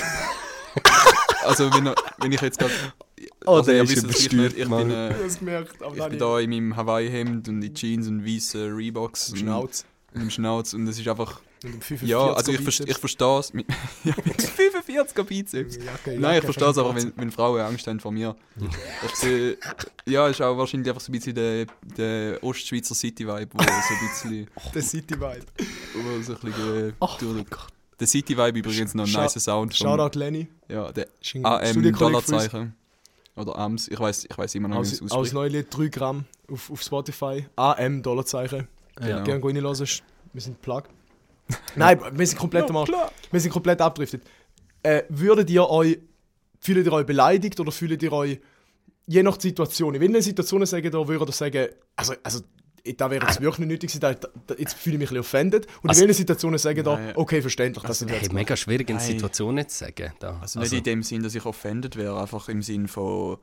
Also wenn ich jetzt gerade... Also der ihr ist wisst es nicht, ich bin Da in meinem Hawaii-Hemd und in Jeans und weißen Reeboks. im Schnauz. Und im Schnauz und es ist einfach... Und 45 Ja, also ich verstehe es. Mit 45er Bizeps. Nein, ich verstehe es aber, wenn Frauen Angst haben vor mir. Ich sehe, ja, ist auch wahrscheinlich einfach so ein bisschen der Ostschweizer City-Vibe, wo so ein bisschen... Der City-Vibe. Wo so ein bisschen der City-Vibe übrigens noch ein nicer Sound. Shoutout Lenny. Ja, der AM-Dollarzeichen. Oder AMS, ich weiß immer noch, wie es ausspricht. Aus Neulied 3 Gramm auf Spotify. AM-Dollarzeichen. Genau. Gerne reinhören. Wir sind Plug. Nein, wir sind komplett am Arsch. Wir sind komplett abgedriftet. Fühlt ihr euch beleidigt oder fühlt ihr euch je nach Situation? Wenn ihr Situationen sagen, da würde ich sagen, also da wäre es wirklich nicht nötig gewesen, jetzt fühle ich mich ein bisschen offended. Und in welchen Situationen sagen da, okay, verständlich, dass ihr Hey, mega schwierig in Situationen zu sagen. Also nicht in dem Sinn, dass ich offended wäre, einfach im Sinn von...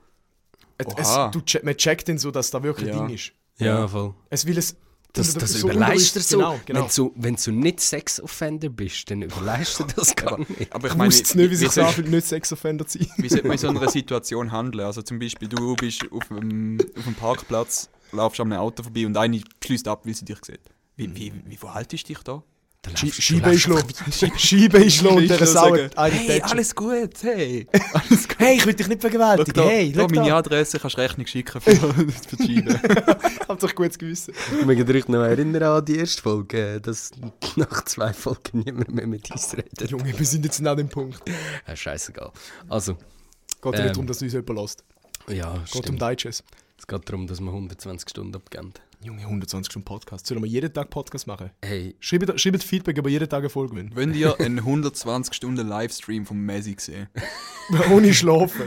man checkt dann so, dass da wirklich ein Ding ist. Ja, voll. Es will es... Das so überleist dir so. Genau. Wenn du nicht Sex-Offender bist, dann überleist du das gar nicht. Aber ich Ich meine, wusste nicht, wie sich so anfühlt, nicht Sex-Offender zu sein. wie sollte man in so einer Situation handeln? Also zum Beispiel, du bist auf einem Parkplatz, laufst an einem Auto vorbei und eine schließt ab, weil sie dich sieht. Wie verhaltest du dich da? Scheibe ist los und der Sau hat eine Hey, Tätschung. alles gut, hey. Hey, ich will dich nicht vergewaltigen. Hey, da schau meine da. Adresse, kannst du Rechnung schicken für die Scheibe. Habt euch gutes Gewissen. Ich möchte dich noch erinnern an die erste Folge, dass nach 2 Folgen niemand mehr mit uns redet. Junge, wir sind jetzt an dem Punkt. Ja, scheißegal. Also, Geht ja nicht darum, dass uns jemand lässt. ja, Geht um Digest. Es geht darum, dass wir 120 Stunden abgeben. Junge, 120 Stunden Podcast. Sollen wir jeden Tag Podcast machen? Hey, Schreibt Feedback, aber jeden Tag eine Folge wollen. Wenn ihr einen 120-Stunden-Livestream von Messi sehen, Ohne Schlafen.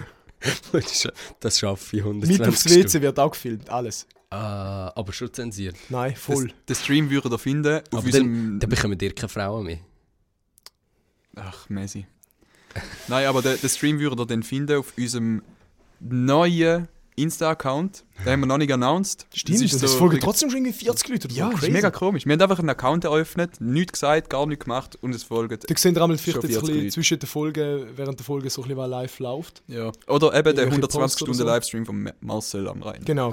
das schaffe ich 120 Mit aufs WC wird auch gefilmt, alles. aber schon zensiert. Nein, voll. den Stream würdet ihr finden auf Aber unserem... dann bekommen dir keine Frauen mehr. Ach, Messi. Nein, aber den Stream würdet ihr dann finden auf unserem neuen Insta-Account. Den haben wir noch nicht announced. Stimmt, und es folgen trotzdem schon irgendwie 40 Leute. Ja, das ist mega komisch. Wir haben einfach einen Account eröffnet, nichts gesagt, gar nichts gemacht und es folgen. Da sehen wir einmal vielleicht Schon jetzt ein 40 bisschen Leute. zwischen den Folgen, während der Folge so ein bisschen was live läuft. Ja. Oder eben der Irgendwelche Posts oder so. 120-Stunden-Livestream von Marcel am Rhein. Genau.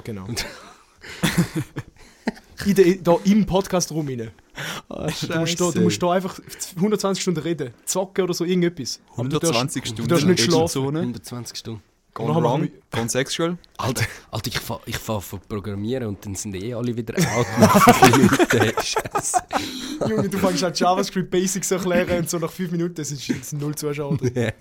Da im Podcast-Raum rein. Du musst da einfach 120 Stunden reden, zocken oder so, irgendetwas. Aber du darfst- 120 Stunden Du darfst nicht schlafen. Zone. 120 Stunden. Gone Nachher machen wrong, gone sexual. Alter, ich fahre von Programmieren und dann sind alle wieder out nach 5 Minuten. Scheiße. Junge, du fängst an JavaScript Basics zu erklären und so nach 5 Minuten sind 0 Zuschauer drin.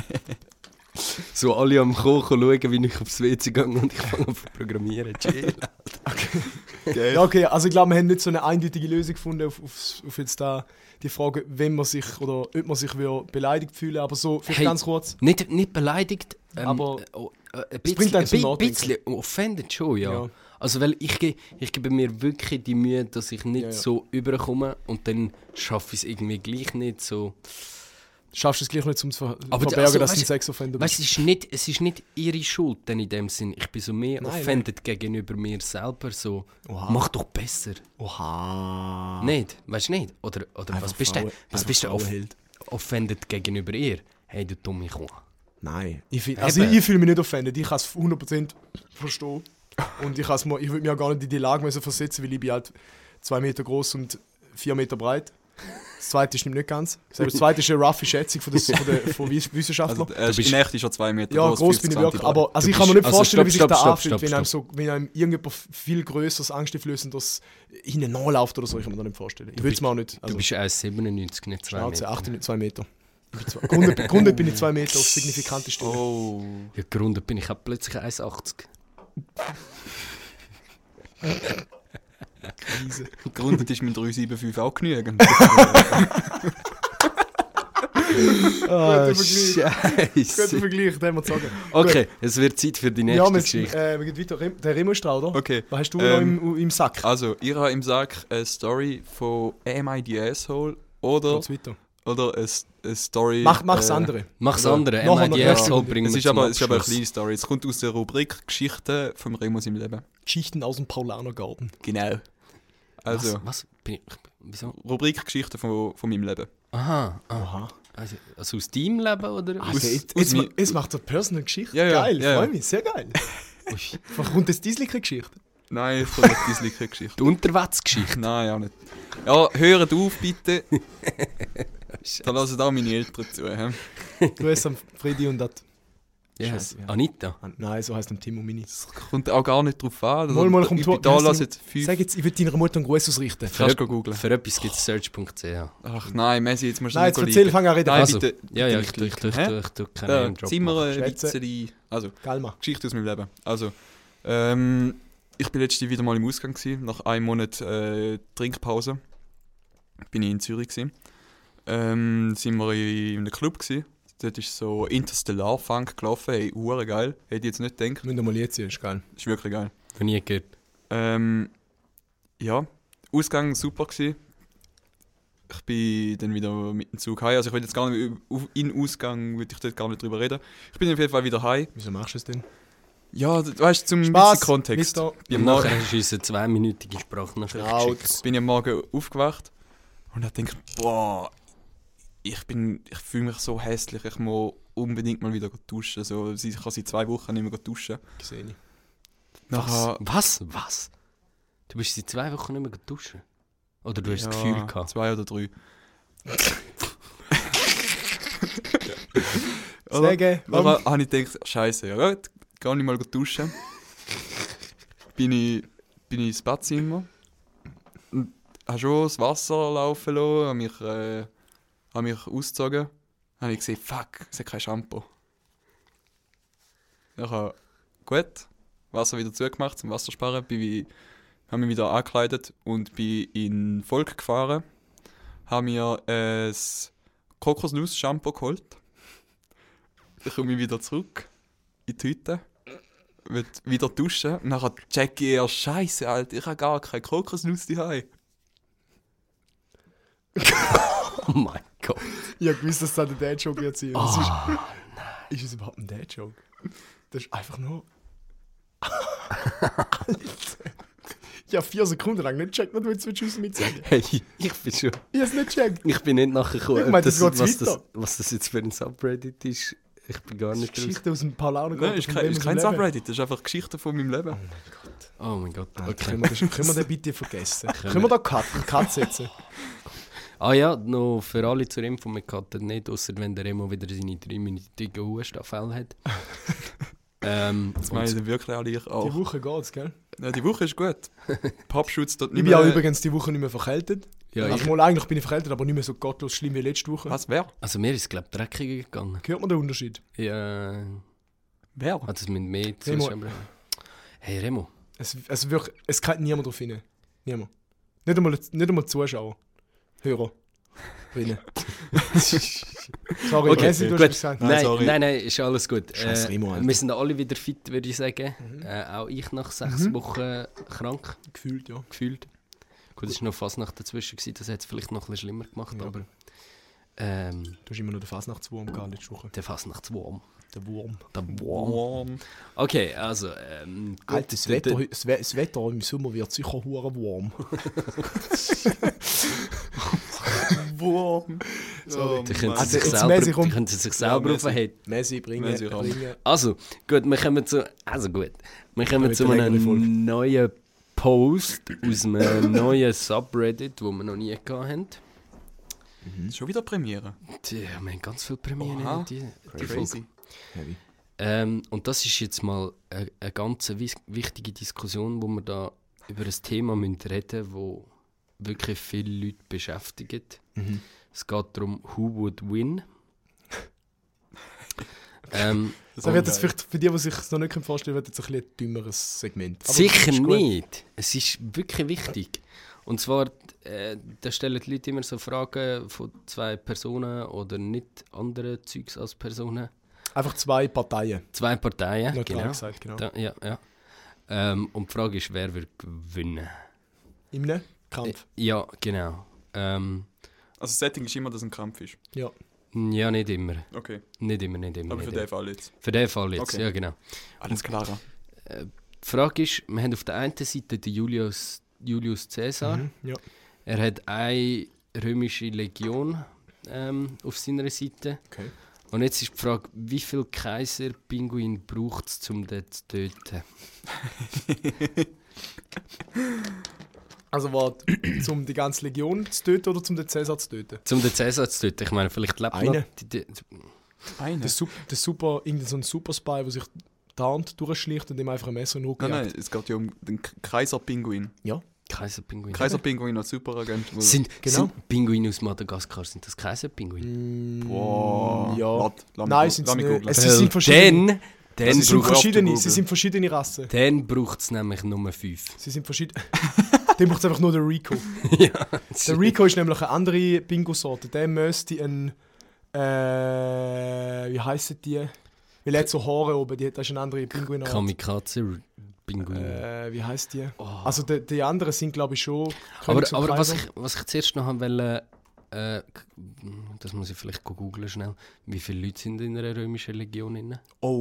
So alle am Kochen schauen, wie ich aufs WC gehe und ich fange an zu programmieren. Chill. Ja, okay, also ich glaube, wir haben nicht so eine eindeutige Lösung gefunden auf jetzt da die Frage, wenn man sich oder ob man sich beleidigt fühlen, aber so vielleicht Hey, ganz kurz. Nicht beleidigt, Aber ein bringt einen zum Nachdenken. bisschen offended schon, ja. Ja. Also weil ich gebe mir wirklich die Mühe, dass ich nicht Ja. so überkomme und dann schaffe ich es irgendwie gleich nicht so. Schaffst du es gleich nicht, um zu Aber verbergen, also, dass du ein weißt- Sexoffender Weißt bist? du, es ist nicht ihre Schuld denn in dem Sinn. Ich bin so mehr Nein, offended gegenüber mir selber. So, Oha. mach doch besser. Oha. Nicht? Weißt du nicht? Oder was bist du? Was bist du Frauenheld. offended gegenüber ihr? Hey, du dumme Kuh. Nein. Ich Eben. fühle mich nicht offended. Ich kann es 100% verstehen. Und ich würde mich auch gar nicht in die Lage müssen versetzen, weil ich bin halt 2 Meter groß und 4 Meter breit. Das zweite stimmt nicht ganz. Das zweite ist eine roughe Schätzung von Wissenschaftlern. Also, in echt ist er 2 Meter ja, groß bin ich wirklich. Aber also ich kann mir nicht vorstellen, wie sich das anfühlt, wenn einem irgendjemand viel grösseres, angsteinflößendes hinten nachläuft oder so. Ich kann mir das nicht vorstellen. Ich will es mir auch nicht. Also, du bist 1,97, nicht 2 Meter. 2 Meter. Gerundet bin ich 2 Meter auf signifikante Stelle. Oh. Ja, gerundet bin ich auch plötzlich 1,80. Krise. Gerundet ist mit 3,75 auch genügend. Oh, Scheiße. Guter Vergleich, den wir sagen. Okay, es wird Zeit für die nächste Geschichte. Wir gehen weiter. Der Remo-Strauder. Okay. Was hast du noch im Sack? Also, ich habe im Sack eine Story von Am I the Asshole oder eine Story... Mach das andere. Mach das andere. Am I the Asshole bringen wir zum Abschluss. Es ist aber eine kleine Story. Es kommt aus der Rubrik Geschichten vom Remus im Leben. Geschichten aus dem Paulanergarten. Genau. Also, was? Wieso? Rubrik Geschichten von meinem Leben. Aha. Also aus deinem Leben, oder? Jetzt macht er Personal Geschichte. Ja, geil, ja. Freue mich, sehr geil. Kommt das Disneyliche Geschichte? Nein, es kommt nicht diese Geschichte. Die Unterwärtsgeschichte? Nein, auch nicht. Ja, hört auf, bitte. Da lassen auch meine Eltern zu. Grüß an Freddy und dat. Yes. Anita? Nein, so heisst dann Tim und Mini. Das kommt auch gar nicht drauf an. Mal kommt Sag jetzt, ich will deiner Mutter einen Gruß ausrichten. Kannst du googeln. Für etwas gibt es search.ch. Ach nein, Messi, jetzt musst du nicht erzähl, fang an reden. Nein, also, bitte. Ja, ich tue keine Name-Drop. Zimmer, Witzeli. Also, Geschichte aus meinem Leben. Also, ich bin letztens wieder mal im Ausgang gewesen, nach einem Monat Trinkpause. Bin ich in Zürich gewesen. Sind wir in einem Club gewesen. Dort ist so Interstellar Funk gelaufen. Hey, hure geil. Hätte ich jetzt nicht gedacht. Müssen wir mal jetzt sehen, ist geil. Ist wirklich geil. Noch nie gehört. Ja, Ausgang super gewesen. Ich bin dann wieder mit dem Zug heim. Also ich will jetzt gar nicht in Ausgang, würde ich dort gar nicht drüber reden. Ich bin auf jeden Fall wieder heim. Wieso machst du es denn? Ja, du weißt, zum Spaß, Kontext. Und nachher hast du uns eine 2-minütige Sprachnachricht geschickt. Bin ich am Morgen aufgewacht und habe gedacht, boah, ich fühle mich so hässlich, ich muss unbedingt mal wieder duschen. Also, ich kann seit 2 Wochen nicht mehr duschen. Gesehen ich. Was? Du bist seit 2 Wochen nicht mehr duschen? Oder du hast das Gefühl gehabt? 2 oder 3. Dann habe ich gedacht, Scheiße, ja gut, gehe ich mal duschen. Bin ich ins Badzimmer und habe schon das Wasser laufen lassen, habe mich ausgezogen. Dann habe ich gesehen, fuck, es hat kein Shampoo. Ich habe gut, Wasser wieder zugemacht zum Wassersparen, habe mich wieder angekleidet und bin in Volk gefahren. Habe mir ein Kokosnuss-Shampoo geholt. Ich komme wieder zurück in die Hütte. Will wieder duschen. Und dann checke ich erst, Scheiße, Alter, ich habe gar keine Kokosnuss daheim. Oh mein Gott. Ich habe gewusst, dass das ein Dad-Joke wird sein. Nein. Ist es überhaupt ein Dad-Joke? Das ist einfach nur... Alter. Ich habe 4 Sekunden lang nicht gecheckt, was du jetzt mitsagen willst. Hey, ich bin schon... Ich habe es nicht gecheckt. Ich bin nicht nachher gekommen, Ich meine, was das jetzt für ein Subreddit ist. Ich bin gar nicht Geschichte aus dem Paulaner-Garten. Nein, ist kein Subreddit, das ist einfach Geschichte von meinem Leben. Oh mein Gott. Okay. Können wir den bitte vergessen? Können wir da einen Cut setzen? Ah ja, noch für alle zur Info, wir cutten nicht, außer wenn der Remo wieder seine 3-minütige Ruhestaffel hat. Das meine ich dann wirklich alle ich auch. Die Woche geht's, gell? Ja, die Woche ist gut. Popschutz dort nicht ich bin auch übrigens die Woche nicht mehr verkältet. Ja, eigentlich bin ich verkältet, aber nicht mehr so gottlos schlimm wie letzte Woche. Was, wer? Also mir ist es, glaube ich, dreckiger gegangen. Hört man den Unterschied? Ja. Wer? Hat es mit mehr Remo. Hey Remo. Es kann niemand drauf hin. Niemand. Nicht einmal Zuschauer. Hörer. Sorry, Okay, Messi, du hast gesagt. Nein, ist alles gut. Scheiß Remo, Alter. Wir sind alle wieder fit, würde ich sagen. Auch ich nach 6 Wochen krank. Gefühlt, ja. Gefühlt. Gut, es war noch Fasnacht dazwischen, das hat es vielleicht noch ein bisschen schlimmer gemacht, Ja. aber... Du hast immer noch den Fasnachtswurm gehabt letzte Woche. Der Fasnachtswurm. Der Wurm. Der Wurm. Okay, also... Alter, das Wetter im Sommer wird sicher hure warm. Wurm. So, die können Also, sich jetzt selber, Messi kommt. die können sich selber aufheben. Messi, bringen. Also, gut, wir kommen zu... Wir kommen Mit zu der längeren Folge. einem neuen Post aus einem neuen Subreddit, den wir noch nie hatten. Schon wieder Premiere. Wir haben ganz viele Premieren Oha. die Crazy. Heavy. und das ist jetzt mal eine ganz wichtige Diskussion, wo wir da über ein Thema reden müssen, wo wirklich viele Leute beschäftigt. Es geht darum, who would win. Das wird jetzt vielleicht für die, die sich es noch nicht vorstellen können, wird jetzt ein bisschen ein dümmeres Segment. Aber Sicher ist gut. nicht. Es ist wirklich wichtig. Und zwar, da stellen die Leute immer so Fragen von 2 Personen oder nicht andere Zeugs als Personen. Einfach 2 Parteien. 2 Parteien, Neutral genau. gesagt, genau. Ja. Und die Frage ist, wer wird gewinnen? In einem Kampf. Ja, genau. Also das Setting ist immer, dass ein Kampf ist. Ja. Ja, nicht immer. Okay. Nicht immer. Aber für den Fall jetzt. Für den Fall jetzt, Okay. ja genau. Alles klar. Die Frage ist, wir haben auf der einen Seite den Julius Caesar. Ja. Er hat eine römische Legion auf seiner Seite. Okay. Und jetzt ist die Frage, wie viele Kaiser-Pinguin braucht es, um den zu töten? Also warte, um die ganze Legion zu töten oder um den Cäsar zu töten? Um den Cäsar zu töten? Ich meine, vielleicht lebt Eine. noch Eine? Irgendein so ein Super-Spy, der sich tarnt, durchschleicht und ihm einfach ein Messer in den Rücken Nein, jagt. es geht ja um den Kaiser-Pinguin. Ja. Kaiser-Pinguin. Kaiser-Pinguin als Superagent. Sind Genau. Pinguine aus Madagaskar, sind das Kaiser-Pinguin? Boah. Ja. Warte, lass mich Nein, gu- sind lass sie mich nicht. googlen. Es sind verschiedene. Dann Sie sind braucht verschiedene. Sie sind verschiedene Rassen. dann braucht's nämlich Nummer 5. Sie sind verschiedene. Dem braucht es einfach nur den Rico. Ja. Der Rico ist nämlich eine andere Bingo-Sorte. Der müsste ein. Wie heissen die? Weil er hat so Haare oben, das ist eine andere Pinguinart. Kamikaze-Pinguin. Wie heisst die? Also die anderen sind glaube ich schon. Aber Königs- und was Kaiser. ich zuerst noch haben wollte, das muss ich vielleicht googeln schnell. Wie viele Leute sind in einer römischen Legion drin?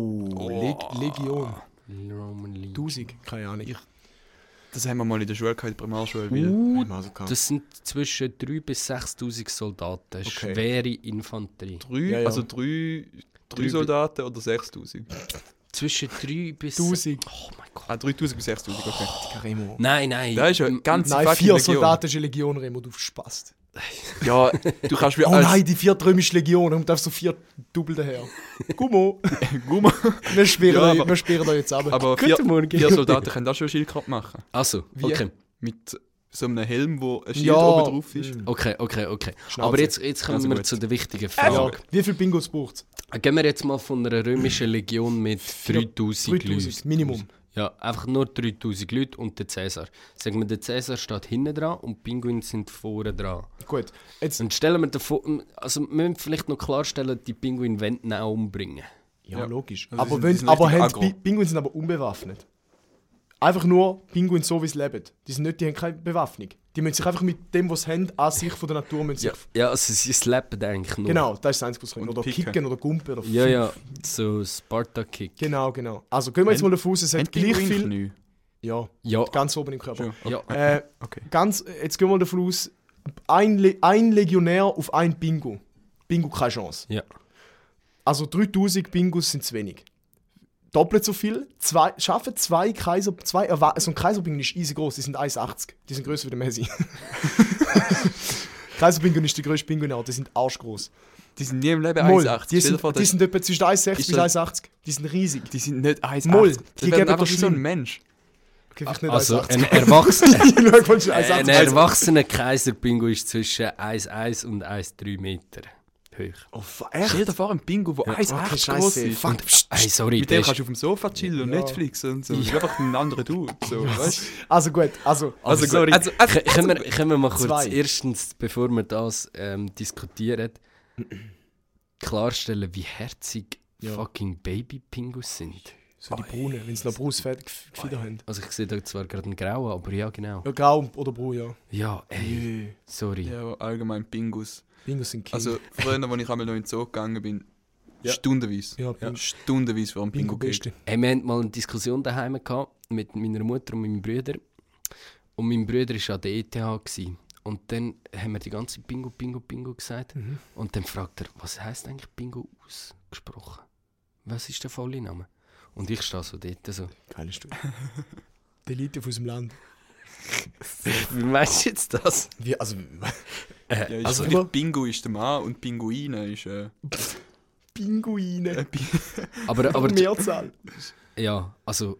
Legion. Roman Legion. 1000, keine Ahnung. Das haben wir mal in der Schule gehabt, in der Primarschule wieder. Haben wir also gehabt. Das sind zwischen 3.000 bis 6.000 Soldaten. Okay. Schwere Infanterie. Ja. Also drei Soldaten oder 6'000? Zwischen 3 bis... 1000. Oh mein Gott. 3'000 bis 6'000, okay. Remo. Nein. Das ist ja ganz Nein, fucking 4 Legion. Soldaten ist eine Legion, Remo, du verpasst. Ja, du kannst wie Oh nein, die 4 römische Legion, und darfst so 4 Double daher. Gummo, Gummo. wir sperren Ja, euch jetzt ab. Aber Guten Morgen. 4 Soldaten können auch schon Schildkröte machen. Also, Wie? okay. Mit so einem Helm, wo ein Schild Ja. oben drauf ist. Okay. Schnauze. Aber jetzt kommen Also wir gut. zu der wichtigen Ja. Frage. Wie viele Bingos braucht es? Gehen wir jetzt mal von einer römischen Legion mit 3000 Leuten. Minimum. Ja, einfach nur 3000 Leute und der Cäsar. Sagen wir, der Cäsar steht hinten dran und die Pinguine sind vorne dran. Gut, jetzt... Dann stellen wir davor, also wir müssen vielleicht noch klarstellen, die Pinguine wollen ihn auch umbringen. Ja, Ja. logisch. Also aber die sind aber richtig haben aggro. Pinguine sind aber unbewaffnet. Einfach nur Pinguine so, wie sie leben. Die haben keine Bewaffnung. Die müssen sich einfach mit dem, was sie haben, an sich von der Natur müssen sich... Ja, also sie slappen eigentlich nur. Genau, das ist das Einzige, was sie können. Und Oder picken. kicken oder gumpen. Oder Ja, so Sparta-Kick. Genau. Also gehen wir jetzt mal davon aus, es hat gleich viel... Knie? Ja, Ja, ganz oben im Körper. Schon. ja. Okay. Jetzt gehen wir mal davon aus, ein Legionär auf ein Bingo. Bingo keine Chance. Ja. Also 3000 Bingos sind zu wenig. Doppelt so viel. Schaffen zwei Kaiser... so ein Kaiserbingo ist easy groß, die sind 1,80. Die sind grösser wie der Messi. Kaiserbingo ist die grösste Pinguinart, die sind arschgroß. Die sind nie im Leben Moll, 1,80. die Stell dir vor, die sind etwa zwischen 1,60 bis Ist das- 1,80. Die sind riesig. die sind nicht 1,80. Moll, Die die werden geben einfach etwas wie so ein schlimm. Mensch. Okay, vielleicht nicht Also 1,80. ein erwachsener, ein 1,80. erwachsener Kaiserpingu ist zwischen 1,1 und 1,3 Meter hoch. Oh, echt? Stell dir vor, ein Pingu, der 1,80 Okay, groß scheisse. ist. Fuck. Hey, sorry, Mit der dem ist, kannst du auf dem Sofa chillen und Ja. Netflix und so. Das ist einfach ein anderer Dude. So, weißt? Also gut, also sorry. sorry. Können wir mal kurz Zwei. erstens, bevor wir das diskutieren, klarstellen, wie herzig Ja. fucking Baby-Pingus sind? So die Braunen, wenn sie noch braunes Gefieder haben. Also ich sehe da zwar gerade einen grauen, aber ja, genau. Ja, grau oder braun, ja. Ja, ey, sorry. Ja, allgemein Pingus. Bingos sind King. Also früher, als ich einmal noch in den Zoo gegangen bin, Ja. stundenweise. ja, Bingo, Stundenweise für einen Pingu gekriegt. Beste. Hey, wir hatten mal eine Diskussion daheim gehabt mit meiner Mutter und meinem Bruder. Und mein Bruder war an der ETH. Gewesen. Und dann haben wir die ganze Zeit Bingo gesagt. Mhm. Und dann fragt er, was heisst eigentlich Bingo ausgesprochen? Was ist der volle Name? Und ich stehe so dort so. Geile Studie. Die Elite auf unserem Land. Wie meinst du jetzt das? Wie, also, Ja, ist Also vielleicht Bingo ist der Mann und Pinguine ist... Pinguine. aber Mehrzahl. ja, also...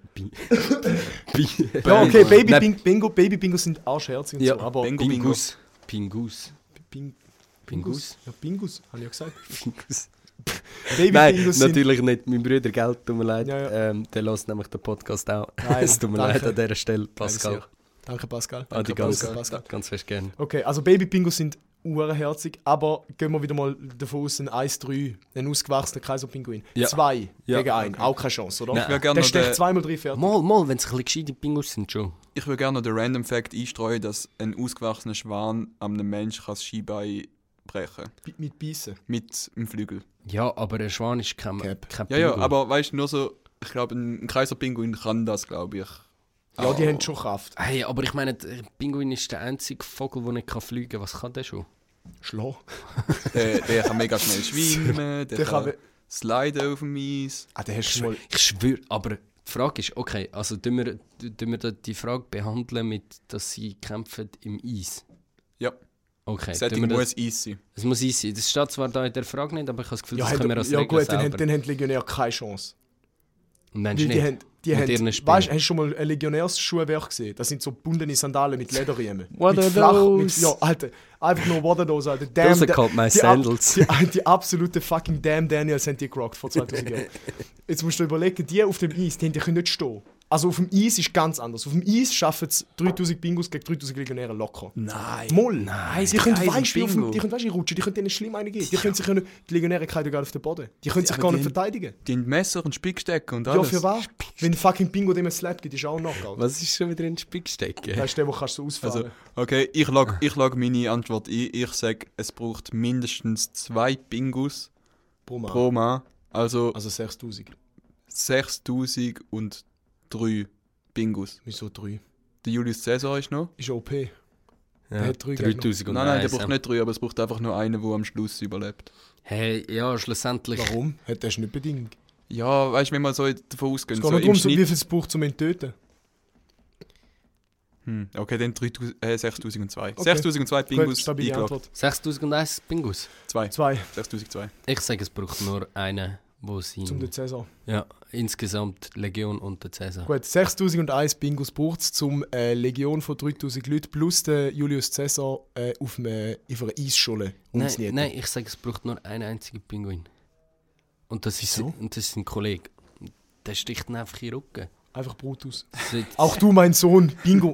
Ja, okay, Nein. Baby Bingo sind arschherzig und Ja, so, aber Bingo. Pingus. Pingus. Ja, Pingus, habe ich ja gesagt. Pingus. Baby Nein, Bingus sind... natürlich nicht. Mein Bruder, gell, tut mir leid. Ja. Der hört nämlich den Podcast auch. Nein, Es tut mir danke. leid an dieser Stelle, Pascal. Danke, Pascal. Die Pascal. ganz fest gerne. Okay, also Baby Bingus sind uhrenherzig, aber gehen wir wieder mal davon aus, ein 1-3, ein ausgewachsener Kaiserpinguin. Ja. 2 Ja. gegen 1, auch keine Chance, oder? Nein. Ich würde gerne Der noch steckt den, zweimal 3 fertig. Mal, wenn es ein bisschen gescheite Pingus sind schon. ich würde gerne noch den Random Fact einstreuen, dass ein ausgewachsener Schwan einem Mensch das Skibein brechen kann. Mit Beißen. Mit dem Flügel. Ja, aber ein Schwan ist kein Cap. Ja, Pingu. aber weißt du, nur so, ich glaube, ein Kaiserpinguin kann das, glaube ich. Ja, die haben schon Kraft. Hey, aber ich meine, der Pinguin ist der einzige Vogel, der nicht fliegen kann. Was kann der schon? Schlagen. Der kann mega schnell schwimmen, der Der kann kann- sliden auf dem Eis. Ah, der hast du mal... Ich schwöre, aber die Frage ist, okay, also tun wir die Frage behandeln mit, dass sie kämpfen im Eis? Ja, Okay, Setting tun wir muss Eis sein. es muss Eis sein. Das steht zwar da in der Frage nicht, aber ich habe das Gefühl, Ja, das können wir als Regel gut, selber. dann haben die Legionäre keine Chance. Nein, Weil nicht. die Mit ihren haben, Spielen. weißt, hast du schon mal ein Legionärsschuhwerk gesehen? Das sind so gebundene Sandalen mit Lederriemen. What mit are mit, those? ja, Alter, einfach nur what are those, Alter. Those are called my sandals. Die absolute fucking Damn Daniels haben die gerockt vor 2000 Jahren. Jetzt musst du dir überlegen, die auf dem Eis, die können nicht stehen. Also auf dem Eis ist ganz anders. Auf dem Eis schaffen es 3000 Bingus gegen 3000 Legionäre locker. Nein. Moll! Nein, Die können kein weißt wie auf dem, Bingo. die können weißt, rutschen, die können denen schlimm reingehen. Die können sich die Legionäre können gar auf den Boden. Die können sich aber gar nicht die- verteidigen. Die haben Messer und Spickstecken und Ja, alles. für was? Wenn fucking Bingo dem einen Slap gibt, ist auch noch Knockout. Was ist schon wieder in den Spick stecken? Das ist der, wo kannst du ausfahren. Also, okay, ich log meine Antwort ein. Ich sage, es braucht mindestens 2 Bingus pro Mann. pro Mann. Also Also 6000. 6003 Bingus. Wieso 3? Der Julius Caesar ist noch. Ist OP. Der Ja, hat 3 Gegner. 3000 und Nein, der eins, braucht nicht 3, aber es braucht einfach nur einen, der am Schluss überlebt. Hey, ja, schlussendlich. Warum? Hat der nicht bedingt. Ja, weißt du, wenn wir so davon ausgehen, Es so geht nicht im darum, so, wie Schnitt. viel es braucht, um ihn zu töten. Okay, dann 6002. Okay. 6002 Gut, Bingus stabile eingeloggt. Antwort. 6001 Bingus. 2. 2 6002. Ich sage, es braucht nur einen, wo sie. zum den Cäsar. Ja, insgesamt Legion und der Cäsar. Gut, 6001 Bingus braucht es, um Legion von 3000 Leuten plus den Julius Caesar auf einer Eisscholle umzunehmen. Nein, ich sage, es braucht nur einen einzigen Pinguin. Und das ist, Wieso? und das ist ein Kollege. Der sticht ihn einfach in den Rücken. Einfach Brutus. Das ist- Auch du, mein Sohn, Bingo.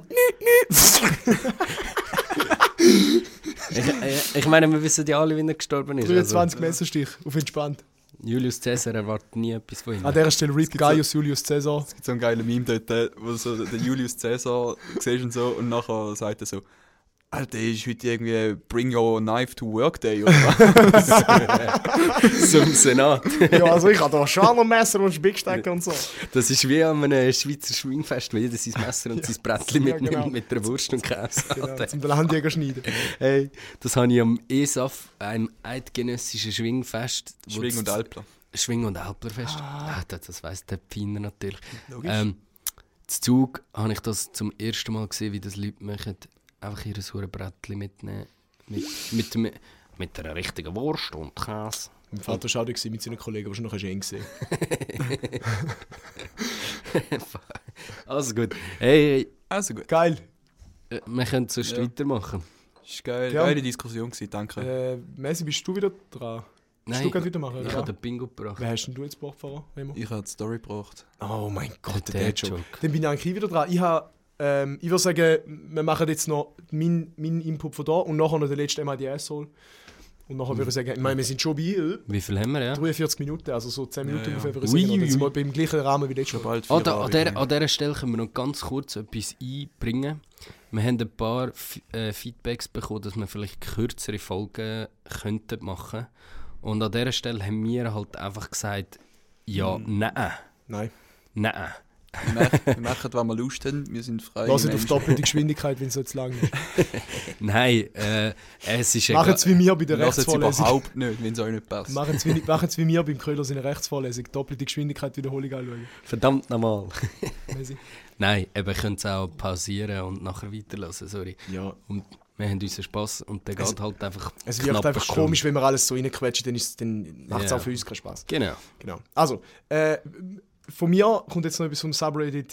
ich meine, wir wissen ja alle, wie er gestorben ist. 23 Messerstich auf entspannt. Julius Caesar erwartet nie etwas von ihm. An dieser Stelle Rip gibt's Gaius Julius Caesar. Es gibt so einen geilen Meme dort, wo so der Julius Caesar siehst und so und nachher sagt er so, Alter, ist heute irgendwie Bring Your Knife to Work Day oder was? Zum Senat. Ja, also ich habe da Scharnermesser und Spickstecker und so. Das ist wie an einem Schweizer Schwingfest, wo jeder sein Messer und sein Brettchen Ja, mitnimmt genau. mit der Wurst und Käse. Genau, Alter. zum den Landjäger schneiden. Hey, das habe ich am ESAF, einem eidgenössischen Schwingfest. wo Schwing das- und Alpler. Schwing- und Alplerfest. Das weiss der Piner natürlich. Logisch. Zu Zug habe ich das zum ersten Mal gesehen, wie das Leute machen. Einfach ihr sauren Brettchen mitnehmen. Mit einer richtigen Wurst und Käse. Mein Vater war auch da mit seinen Kollegen, wahrscheinlich hast du ihn gesehen. Also gut. Hey, Also gut. Geil. wir können sonst Ja. weitermachen. Das war geil. Ja. Geile Diskussion gewesen, danke. Messi, bist du wieder dran? Willst du gerade wieder machen? ich oder? habe den Bingo gebracht. Wer hast denn du jetzt Sportfahrer? Remo? Ich habe die Story gebracht. Oh mein Gott, Der der Joke. Joke. Dann bin ich eigentlich wieder dran. Ich würde sagen, wir machen jetzt noch meinen Input von da und nachher noch den letzten MIDS-Hole. Und nachher würde ich sagen, ich meine, wir sind schon bei Wie viel haben wir, ja? 43 Minuten, also so 10 Minuten Ja. ungefähr, würde ich Ui, sagen. Und ui, jetzt ui. mal beim gleichen Rahmen wie letztes Schon Mal. bald An 4 Abende. dieser Stelle können wir noch ganz kurz etwas einbringen. Wir haben ein paar Feedbacks bekommen, dass wir vielleicht kürzere Folgen könnten machen. Und an dieser Stelle haben wir halt einfach gesagt, ja, nein. Nein. Nein. Wir machen, was wir Lust haben. Wir sind frei. Lass nicht auf Menschen. doppelte Geschwindigkeit, wenn es so zu lang ist. Nein, es ist Machen es wie mir bei der Lasst es Rechtsvorlesung. überhaupt nicht, wenn es euch nicht passt. Machen es wie mir beim Köhler seiner Rechtsvorlesung. Doppelte Geschwindigkeit, Wiederholung anschauen. Verdammt nochmal. Messi. Nein, eben könnt es auch pausieren und nachher weiterlassen, sorry. Ja. wir haben unseren Spass und der geht halt einfach. Es wirkt einfach komisch, wenn wir alles so reinquetschen, dann macht es auch für uns keinen Spass. Genau. Also, von mir kommt jetzt noch etwas vom Subreddit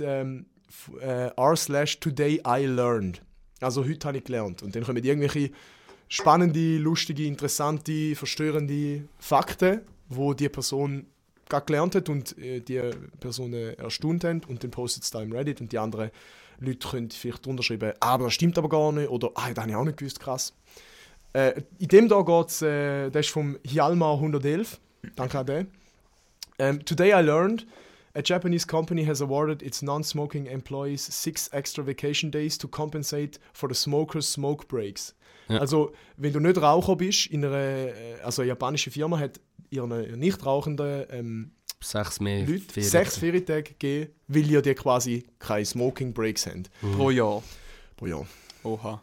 r/today I learned. Also heute habe ich gelernt. Und dann kommen irgendwelche spannende, lustige, interessante, verstörende Fakten, wo die Person gerade gelernt hat und die Person erstaunt haben, und dann postet es da im Reddit und die anderen Leute können vielleicht drunter schreiben, aber das stimmt aber gar nicht, oder das habe ich auch nicht gewusst, krass. In dem da geht es, das ist vom Hjalmar 111, danke an den. Today I learned, a Japanese company has awarded its non-smoking employees 6 extra vacation days to compensate for the smokers' smoke breaks. Ja. Also, wenn du nicht Raucher bist, also eine japanische Firma hat ihren nicht-rauchenden 6 Leute 6 Ferientage gegeben, weil ja die quasi keine Smoking Breaks haben. Pro Jahr. Oha.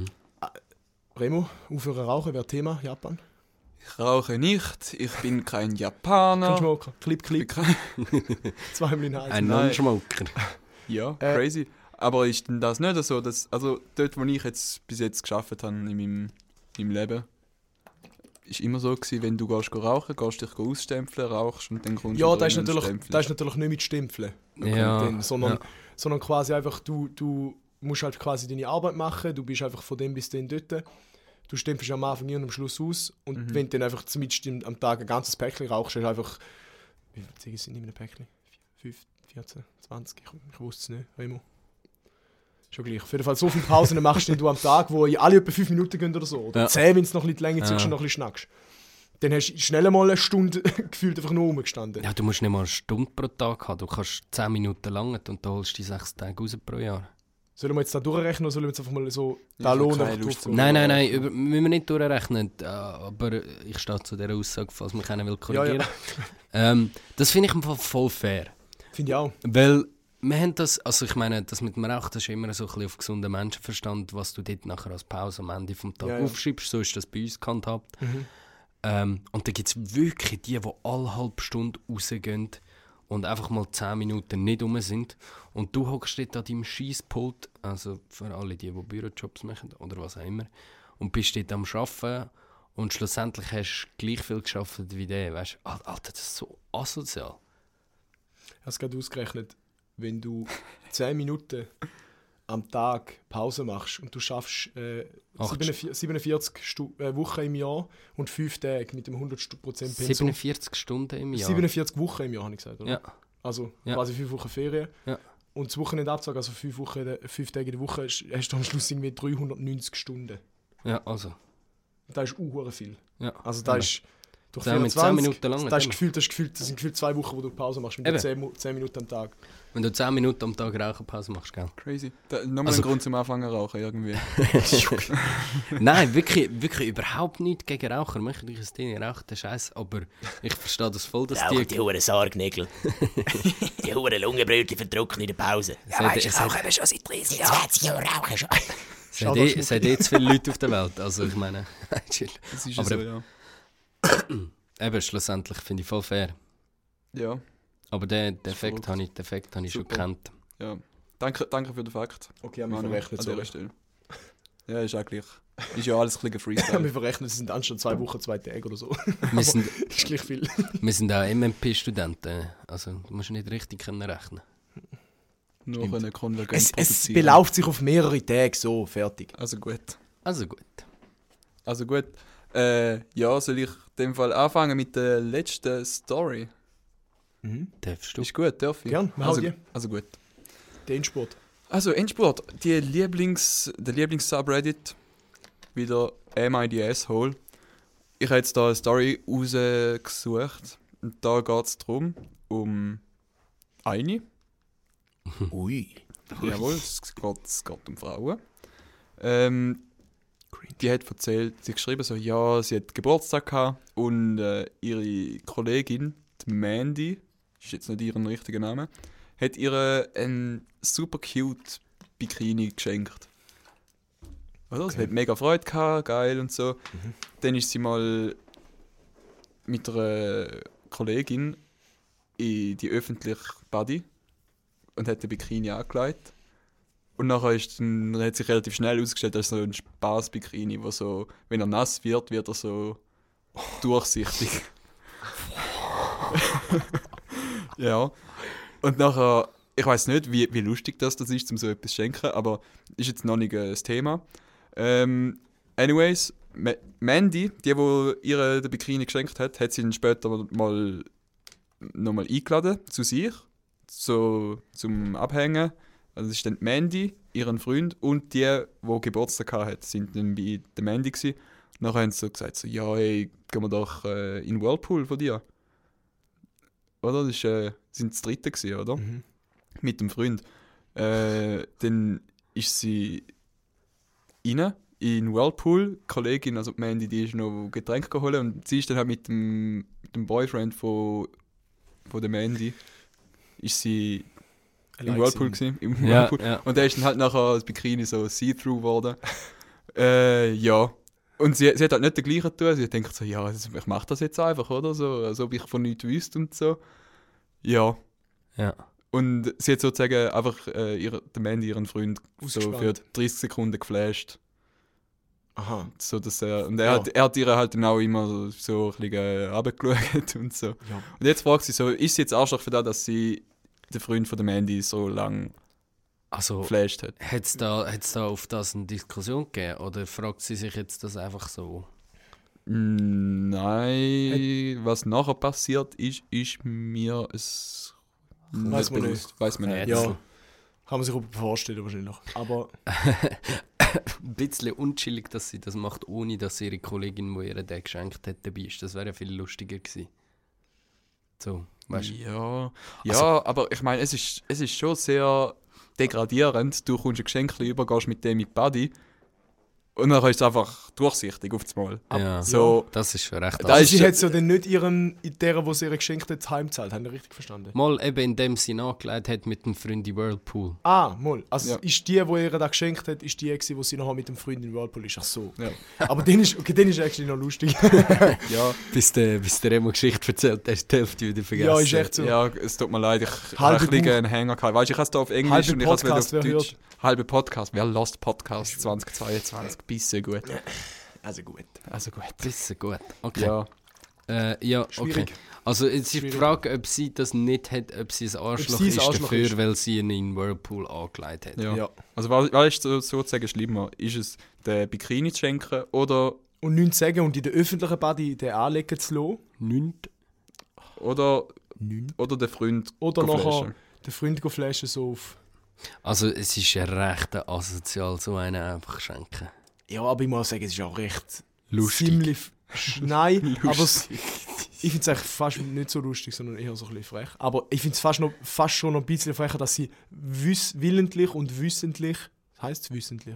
Remo, aufhören rauchen wäre Thema Japan. Ich rauche nicht, ich bin kein Japaner. Kein Smoker. Clip. Zweimal in Ein Non-Smoker. Ja, crazy. Aber ist denn das nicht so, dass, also dort, wo ich jetzt bis jetzt gearbeitet habe in meinem Leben, ist immer so gewesen, wenn du gehst rauchen, gehst dich ausstempeln, rauchst und dann kommst du das ist natürlich nicht mit Stempeln. Sondern quasi einfach, du musst halt quasi deine Arbeit machen, du bist einfach von dem bis dann dort. Du stempelst am Anfang und am Schluss aus, und wenn du dann einfach zumindest am Tag ein ganzes Päckchen rauchst, ist einfach, wie viele Ziegen sind in einem Päckchen? 5, 14, 20, ich wusste es nicht, Remo. Schon gleich. Auf jeden Fall so viele Pausen machst du am Tag, wo alle etwa 5 Minuten gehen oder so. Oder 10, wenn es noch ein bisschen länger zügst und noch ein bisschen schnackst. Dann hast du schnell mal eine Stunde gefühlt einfach nur rumgestanden. Ja, du musst nicht mal eine Stunde pro Tag haben. Du kannst 10 Minuten lang und da holst du die 6 Tage raus pro Jahr. Sollen wir jetzt da durchrechnen oder sollen wir jetzt einfach mal so da Lohn drauf? Nein, müssen wir nicht durchrechnen. Aber ich stehe zu dieser Aussage, falls mich keiner will korrigieren. Ja. Das finde ich im Fall voll fair. Finde ich auch. Weil wir haben das, also ich meine, das mit dem Rauchen, das ist immer so ein bisschen auf gesunden Menschenverstand, was du dort nachher als Pause am Ende des Tages aufschreibst. So ist das bei uns gehandhabt. Und da gibt es wirklich die alle halbe Stunde rausgehen und einfach mal 10 Minuten nicht rum sind. Und du hockst dort an deinem Scheisspult, also für alle die Bürojobs machen oder was auch immer, und bist dort am Arbeiten und schlussendlich hast du gleich viel gearbeitet wie der. Weißt du, Alter, das ist so asozial. Hast du gerade ausgerechnet, wenn du 10 Minuten am Tag Pause machst und du schaffst 47 Wochen im Jahr und 5 Tage mit dem 100% Pensum. 47 Stunden im Jahr? 47 Wochen im Jahr, habe ich gesagt, oder? Ja. Also quasi 5 Wochen Ferien. Ja. Und das Wochenendabzug, also 5 Tage in der Woche, hast du am Schluss irgendwie 390 Stunden. Ja, also. Das ist unhuere viel. Ja. Also das ist durch 10 Minuten lang. Das sind gefühlt 2 Wochen, wo du Pause machst, mit 10 Minuten am Tag. Wenn du 10 Minuten am Tag Raucherpause machst, gell? Crazy. Nochmal ein Grund zum Anfangen rauchen irgendwie. Nein, wirklich überhaupt nichts gegen Raucher. Möchte ich es denen rauchen, der Scheiß. Aber ich verstehe das voll, dass die huren Sargnägel. Die huren Lungenbrötchen verdrucken in der Pause. Ja, weißt du, rauchen wir schon seit 30 Jahren. 20 Jahre rauchen schon. Es hat zu viele Leute auf der Welt. Also ich meine, chill. Das ist aber so, ja. Eben, schlussendlich finde ich voll fair. Ja. Aber den Effekt habe ich schon gekannt. Ja. Danke für den Fakt. Okay, haben wir verrechnet. An dieser Stelle. Ja, ist eigentlich. Ist ja alles ein bisschen Freestyle. Ja, wir verrechnen, es sind anstatt 2 Wochen 2 Tage oder so. Das ist gleich viel. Wir sind auch MMP-Studenten. Also du musst nicht richtig rechnen. Nur eine Konvergenz. Es beläuft sich auf mehrere Tage, so, fertig. Also gut. Ja, soll ich in dem Fall anfangen mit der letzten Story? Darfst du? Ist gut, darf ich? Gern, also gut. Der Endspurt. Also Endspurt, der Lieblings-Subreddit, wieder Am I the Asshole. Ich habe jetzt da eine Story rausgesucht. Und da geht es darum, um eine. Ui. Jawohl, es geht um Frauen. Die hat erzählt, sie hat geschrieben, so, ja, sie hat Geburtstag gehabt und ihre Kollegin, die Mandy, ist jetzt nicht ihren richtigen Name, hat ihr einen super cute Bikini geschenkt. Also, okay. Sie hat mega Freude gehabt, geil und so. Dann ist sie mal mit einer Kollegin in die öffentliche Body und hat den Bikini angelegt. Und nachher hat sich relativ schnell herausgestellt, dass so ein Spaß-Bikini, wo so, wenn er nass wird, wird er so durchsichtig. Ja. Und nachher, ich weiß nicht, wie lustig das ist, um so etwas zu schenken, aber ist jetzt noch nicht das Thema. Anyways, Mandy, die ihr den Bikini geschenkt hat, hat sie dann später nochmal eingeladen zu sich, so zum Abhängen. Also das ist dann Mandy, ihren Freund und die Geburtstag hatten, sind dann bei der Mandy gewesen. Und nachher haben sie so gesagt, so, ja, hey, gehen wir doch in den Whirlpool von dir. Oder? Das sind das dritte gewesen, oder? Mhm. Mit dem Freund. Dann ist sie rein in den Whirlpool. Die Kollegin, also die Mandy, die ist noch Getränke geholt und sie ist dann halt mit dem Boyfriend von der Mandy ist sie im Whirlpool gewesen. Ja. Und der ist dann halt nachher das Bikini so see-through geworden. Ja. Und sie hat halt nicht den gleichen tun. Sie denkt so, ja, ich mache das jetzt einfach, oder? So, als ob ich von nichts wüsste und so. Ja. Und sie hat sozusagen einfach der Mandy, ihren Freund, so für 30 Sekunden geflasht. Aha. So, dass er hat ihr halt dann auch immer so ein bisschen runtergeschaut und so. Ja. Und jetzt fragt sie so, ist sie jetzt Arschloch für das, dass sie den Freund von der Mandy so lange geflasht hat? Hat es da auf das eine Diskussion gegeben? Oder fragt sie sich jetzt das einfach so? Nein, was nachher passiert ist mir Weiß man nicht. Weiß man nicht. Ja. Kann man sich auch vorstellen wahrscheinlich. Aber ein bisschen unchillig, dass sie das macht, ohne dass ihre Kollegin, die ihr den geschenkt hat, dabei ist. Das wäre ja viel lustiger gewesen. So, weißt du? Ja, aber ich meine, es ist schon sehr degradierend. Du kommst ein Geschenk über, gehst mit dem in die Party und dann ist es einfach durchsichtig auf das Mal. Ja, so, das ist schon recht. Also sie hat es ja dann nicht der, der sie ihr geschenkt hat, heimzahlt. Haben Sie richtig verstanden? Mal eben, indem sie nachgelegt hat mit dem Freund in Whirlpool. Mal. Also ist die ihr das geschenkt hat, ist die gewesen, wo sie nachher mit dem Freund in Whirlpool ist. Ach so. Ja. Aber dann ist actually noch lustig. Ja, bis der Remo Geschichte erzählt, der ist die Hälfte wieder vergessen. Ja, ist echt so. Ja, es tut mir leid, ich habe ein bisschen einen Hänger gehabt. Weißt du, ich habe es da auf Englisch und ich habe es auf Deutsch. Halbe Podcast. Wer lost Podcast 2022? Bisschen gut. Also gut. Bisschen gut. Okay. Ja. Okay. Also jetzt ist die Frage, ob sie das nicht hat, ob sie ein Arschloch ist dafür, weil sie ihn in Whirlpool angelegt hat. Ja. Also was ist sozusagen schlimmer? Ist es der Bikini zu schenken oder... Und nichts zu sagen und in der öffentlichen Body den anlegen zu lassen? Nichts. Oder der Freund oder nachher den Freund flashen so auf... Also es ist ja recht asozial, so einen einfach schenken. Ja, aber ich muss sagen, es ist auch recht... Lustig. Ziemlich... Nein, aber ich finde es eigentlich fast nicht so lustig, sondern eher so ein bisschen frech. Aber ich finde es fast schon noch ein bisschen frecher, dass sie willentlich und wissentlich... Heisst es wissentlich?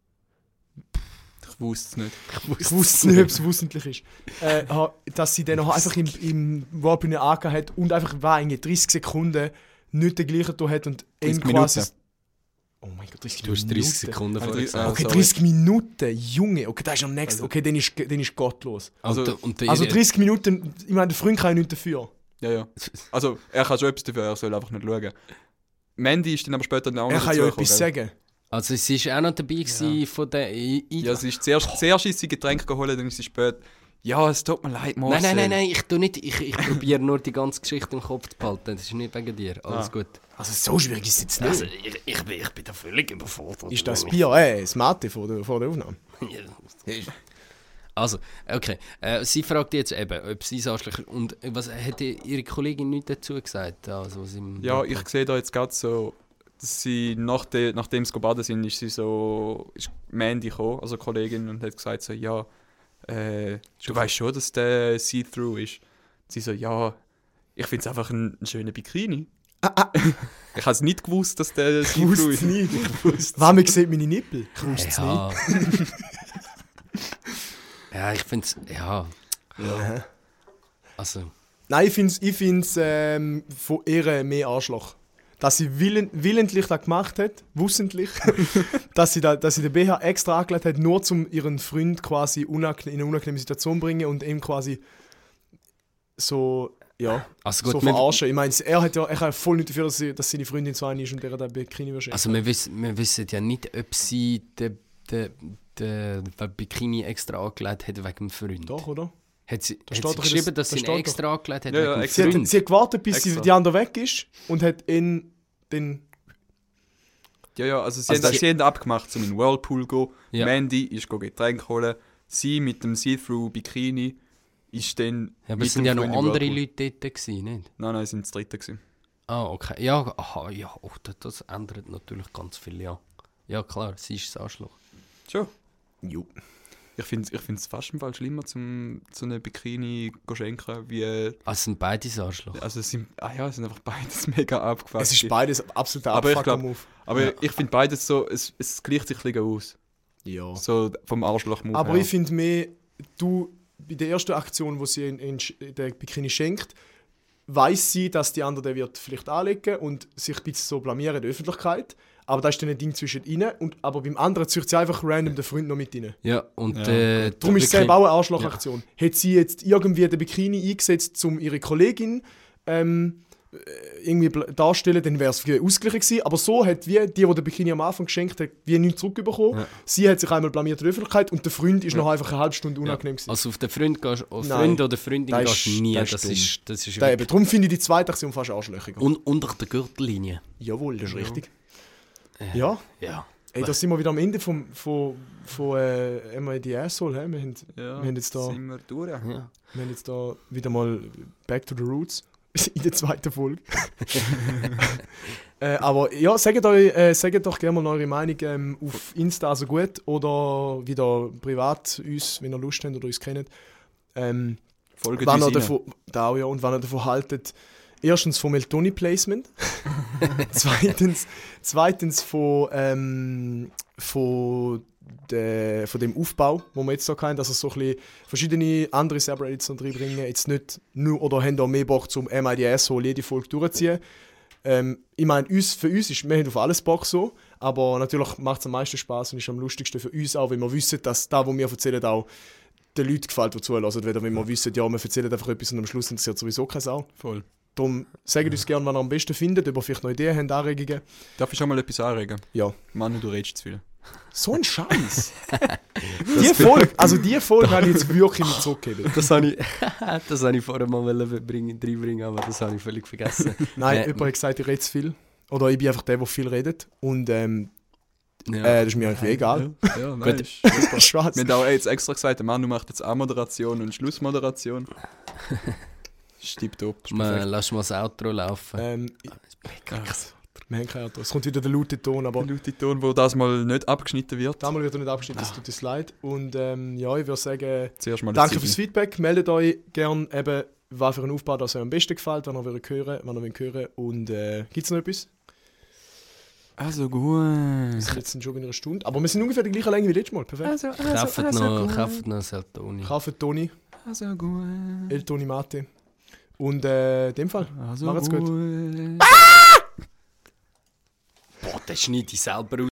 Ich wusste es nicht. Ich wusste nicht, ob es wissentlich ist. Dass sie dann einfach im Whirlpool angehört hat und einfach 30 Sekunden nicht den gleichen da hat und ihn quasi... Oh mein Gott, 30 Minuten. Du hast 30 Sekunden vorher gesagt. Okay, 30 Minuten, Junge. Okay, das ist am nächsten. Okay, dann ist gottlos. Also 30 Minuten, ich meine, der Freund kann ja nichts dafür. Ja. Also, er kann schon etwas dafür, er soll einfach nicht schauen. Mandy ist dann aber später auch noch Er kann ja etwas sagen. Also, sie war auch noch dabei von der... Ja, sie ist zuerst ist sie Getränke geholt, dann ist sie später... Ja, es tut mir leid, Marcel. Nein, ich tue nicht. Ich probiere nur die ganze Geschichte im Kopf zu behalten. Das ist nicht wegen dir. Alles gut. Also so schwierig ist es jetzt nicht. Also, ich bin da völlig überfordert. Ist das Bier, das Mate vor der Aufnahme? Also, okay. Sie fragt jetzt eben, ob sie es Arschloch... Und was hätte ihre Kollegin nicht dazu gesagt? Also, was ich sehe da jetzt gerade so, dass sie, nachdem sie baden sind, ist Mandy gekommen, also Kollegin, und hat gesagt so, ja... du weißt schon, dass der See-Through ist. Sie so, ja, ich finde es einfach ein schöner Bikini. Ich habe es nicht gewusst, dass der See-Through ist. Man sieht meine Nippel. Ich wusste es nicht. Ja, ich finde es, ja. Also. Nein, ich finde es von ihr mehr Arschloch. Dass sie willentlich das gemacht hat, wissentlich, dass sie den BH extra angelegt hat, nur um ihren Freund quasi in eine unangenehme Situation zu bringen und ihm quasi so Ja, also gut, so verarschen. Ich meine, er kann voll nicht dafür, dass seine Freundin so eine ist und der Bikini verschenkt. Also wir wissen ja nicht, ob sie den Bikini extra angelegt hat wegen dem Freund. Doch, oder? Hat sie geschrieben, dass sie ihn extra angelegt hat wegen dem extra. Freund? Sie hat gewartet, bis die andere weg ist und hat ihn den... Ja, also sie haben abgemacht, um in den Whirlpool zu gehen. Ja. Mandy ist Getränke holen. Sie mit dem See-Through-Bikini ist dann... Ja, aber es sind ja noch andere Leute dort gewesen, nicht? Nein, es sind das dritte gewesen. Ah, okay. Ja, aha, ja. Oh, das ändert natürlich ganz viel, ja. Ja, klar, sie ist das Arschloch. Schon. Jo. Ich finde es fast im Fall schlimmer, so eine Bikini zu schenken, wie... Also sind beide das Arschloch? Also es sind einfach beides mega abgefuckt. Es ist beides absoluter Aber Abfucker-Move. ich finde beides so, es gleicht sich ein bisschen aus. Ja. So vom Arschloch-Move Aber her. ich finde mehr, bei der ersten Aktion, wo sie in den Bikini schenkt, weiss sie, dass die andere den wird vielleicht anlegen und sich ein bisschen so blamieren in der Öffentlichkeit. Aber da ist dann ein Ding zwischen ihnen. Aber beim anderen zieht sie einfach random den Freund noch mit rein. Ja, und darum ist es selber auch eine Arschlochaktion. Ja. Hat sie jetzt irgendwie den Bikini eingesetzt, um ihre Kollegin irgendwie darstellen, dann wäre es ausgeglichen gewesen. Aber so hat die den Bikini am Anfang geschenkt hat, wie nichts zurückbekommen. Ja. Sie hat sich einmal blamiert in der Öffentlichkeit und der Freund ist noch einfach eine halbe Stunde unangenehm gewesen. Also auf den Freund oder Freundin gehst du nie. Das ist darum finde ich die zweite Aktion fast arschlöchiger. Und unter der Gürtellinie. Jawohl, das ist richtig. Ja. Ey, da sind wir wieder am Ende von MID Asshole. Wir haben jetzt da, sind wir durch. Wir haben jetzt da wieder mal Back to the Roots in der zweiten Folge. Aber ja, sagt doch gerne mal eure Meinung auf Insta, also gut, oder wieder privat uns, wenn ihr Lust habt oder uns kennt. Folgt uns davon, und wenn ihr davon haltet, erstens vom Eltoni-Placement, zweitens von dem Aufbau, den wir jetzt hier haben, dass so ein bisschen verschiedene andere Subreddits noch reinbringen, jetzt nicht nur, oder haben da mehr Bock zum MIDS so jede Folge durchziehen. Ich meine, für uns ist, wir haben auf alles Bock so, aber natürlich macht es am meisten Spaß und ist am lustigsten für uns auch, weil wir wissen, dass das, was wir erzählen, auch den Leuten gefällt, die zuhören. Weder wenn wir wissen, ja, wir erzählen einfach etwas und am Schluss interessiert sowieso keine Sau. Voll. Darum sagt uns gerne, was ihr am besten findet, ob ihr vielleicht noch Ideen habt, Anregungen. Darf ich schon mal etwas anregen? Ja. Manu, du redest zu viel. So ein Scheiß. Die Folge habe ich jetzt wirklich mit zurückgegeben. Das habe ich vorher mal reinbringen, aber das habe ich völlig vergessen. Nein, jemand hat gesagt, ich rede zu viel. Oder ich bin einfach der viel redet. Und das ist mir eigentlich egal. Ja, nein, ist super. Wir haben auch jetzt extra gesagt, der Manu macht jetzt Anmoderation und Schlussmoderation. Tipptopp. Lass mal das Outro laufen. Wir haben kein Outro. Es kommt wieder der laute Ton, aber... Der laute Ton, wo das mal nicht abgeschnitten wird. Das mal wird er nicht abgeschnitten, das tut uns leid. Und ja, ich würde sagen, zuerst mal danke fürs Feedback. Meldet euch gerne eben, was für einen Aufbau das euch am besten gefällt, wenn ihr hören. Und gibt es noch etwas? Also gut. Wir sind jetzt schon in einer Stunde. Aber wir sind ungefähr die gleiche Länge wie letztes Mal. Perfekt. Kauft noch Saltoni. Kauft Toni. Also gut. El Toni Mate. Und in dem Fall, also macht's gut. Boah, der schneide ich selber aus.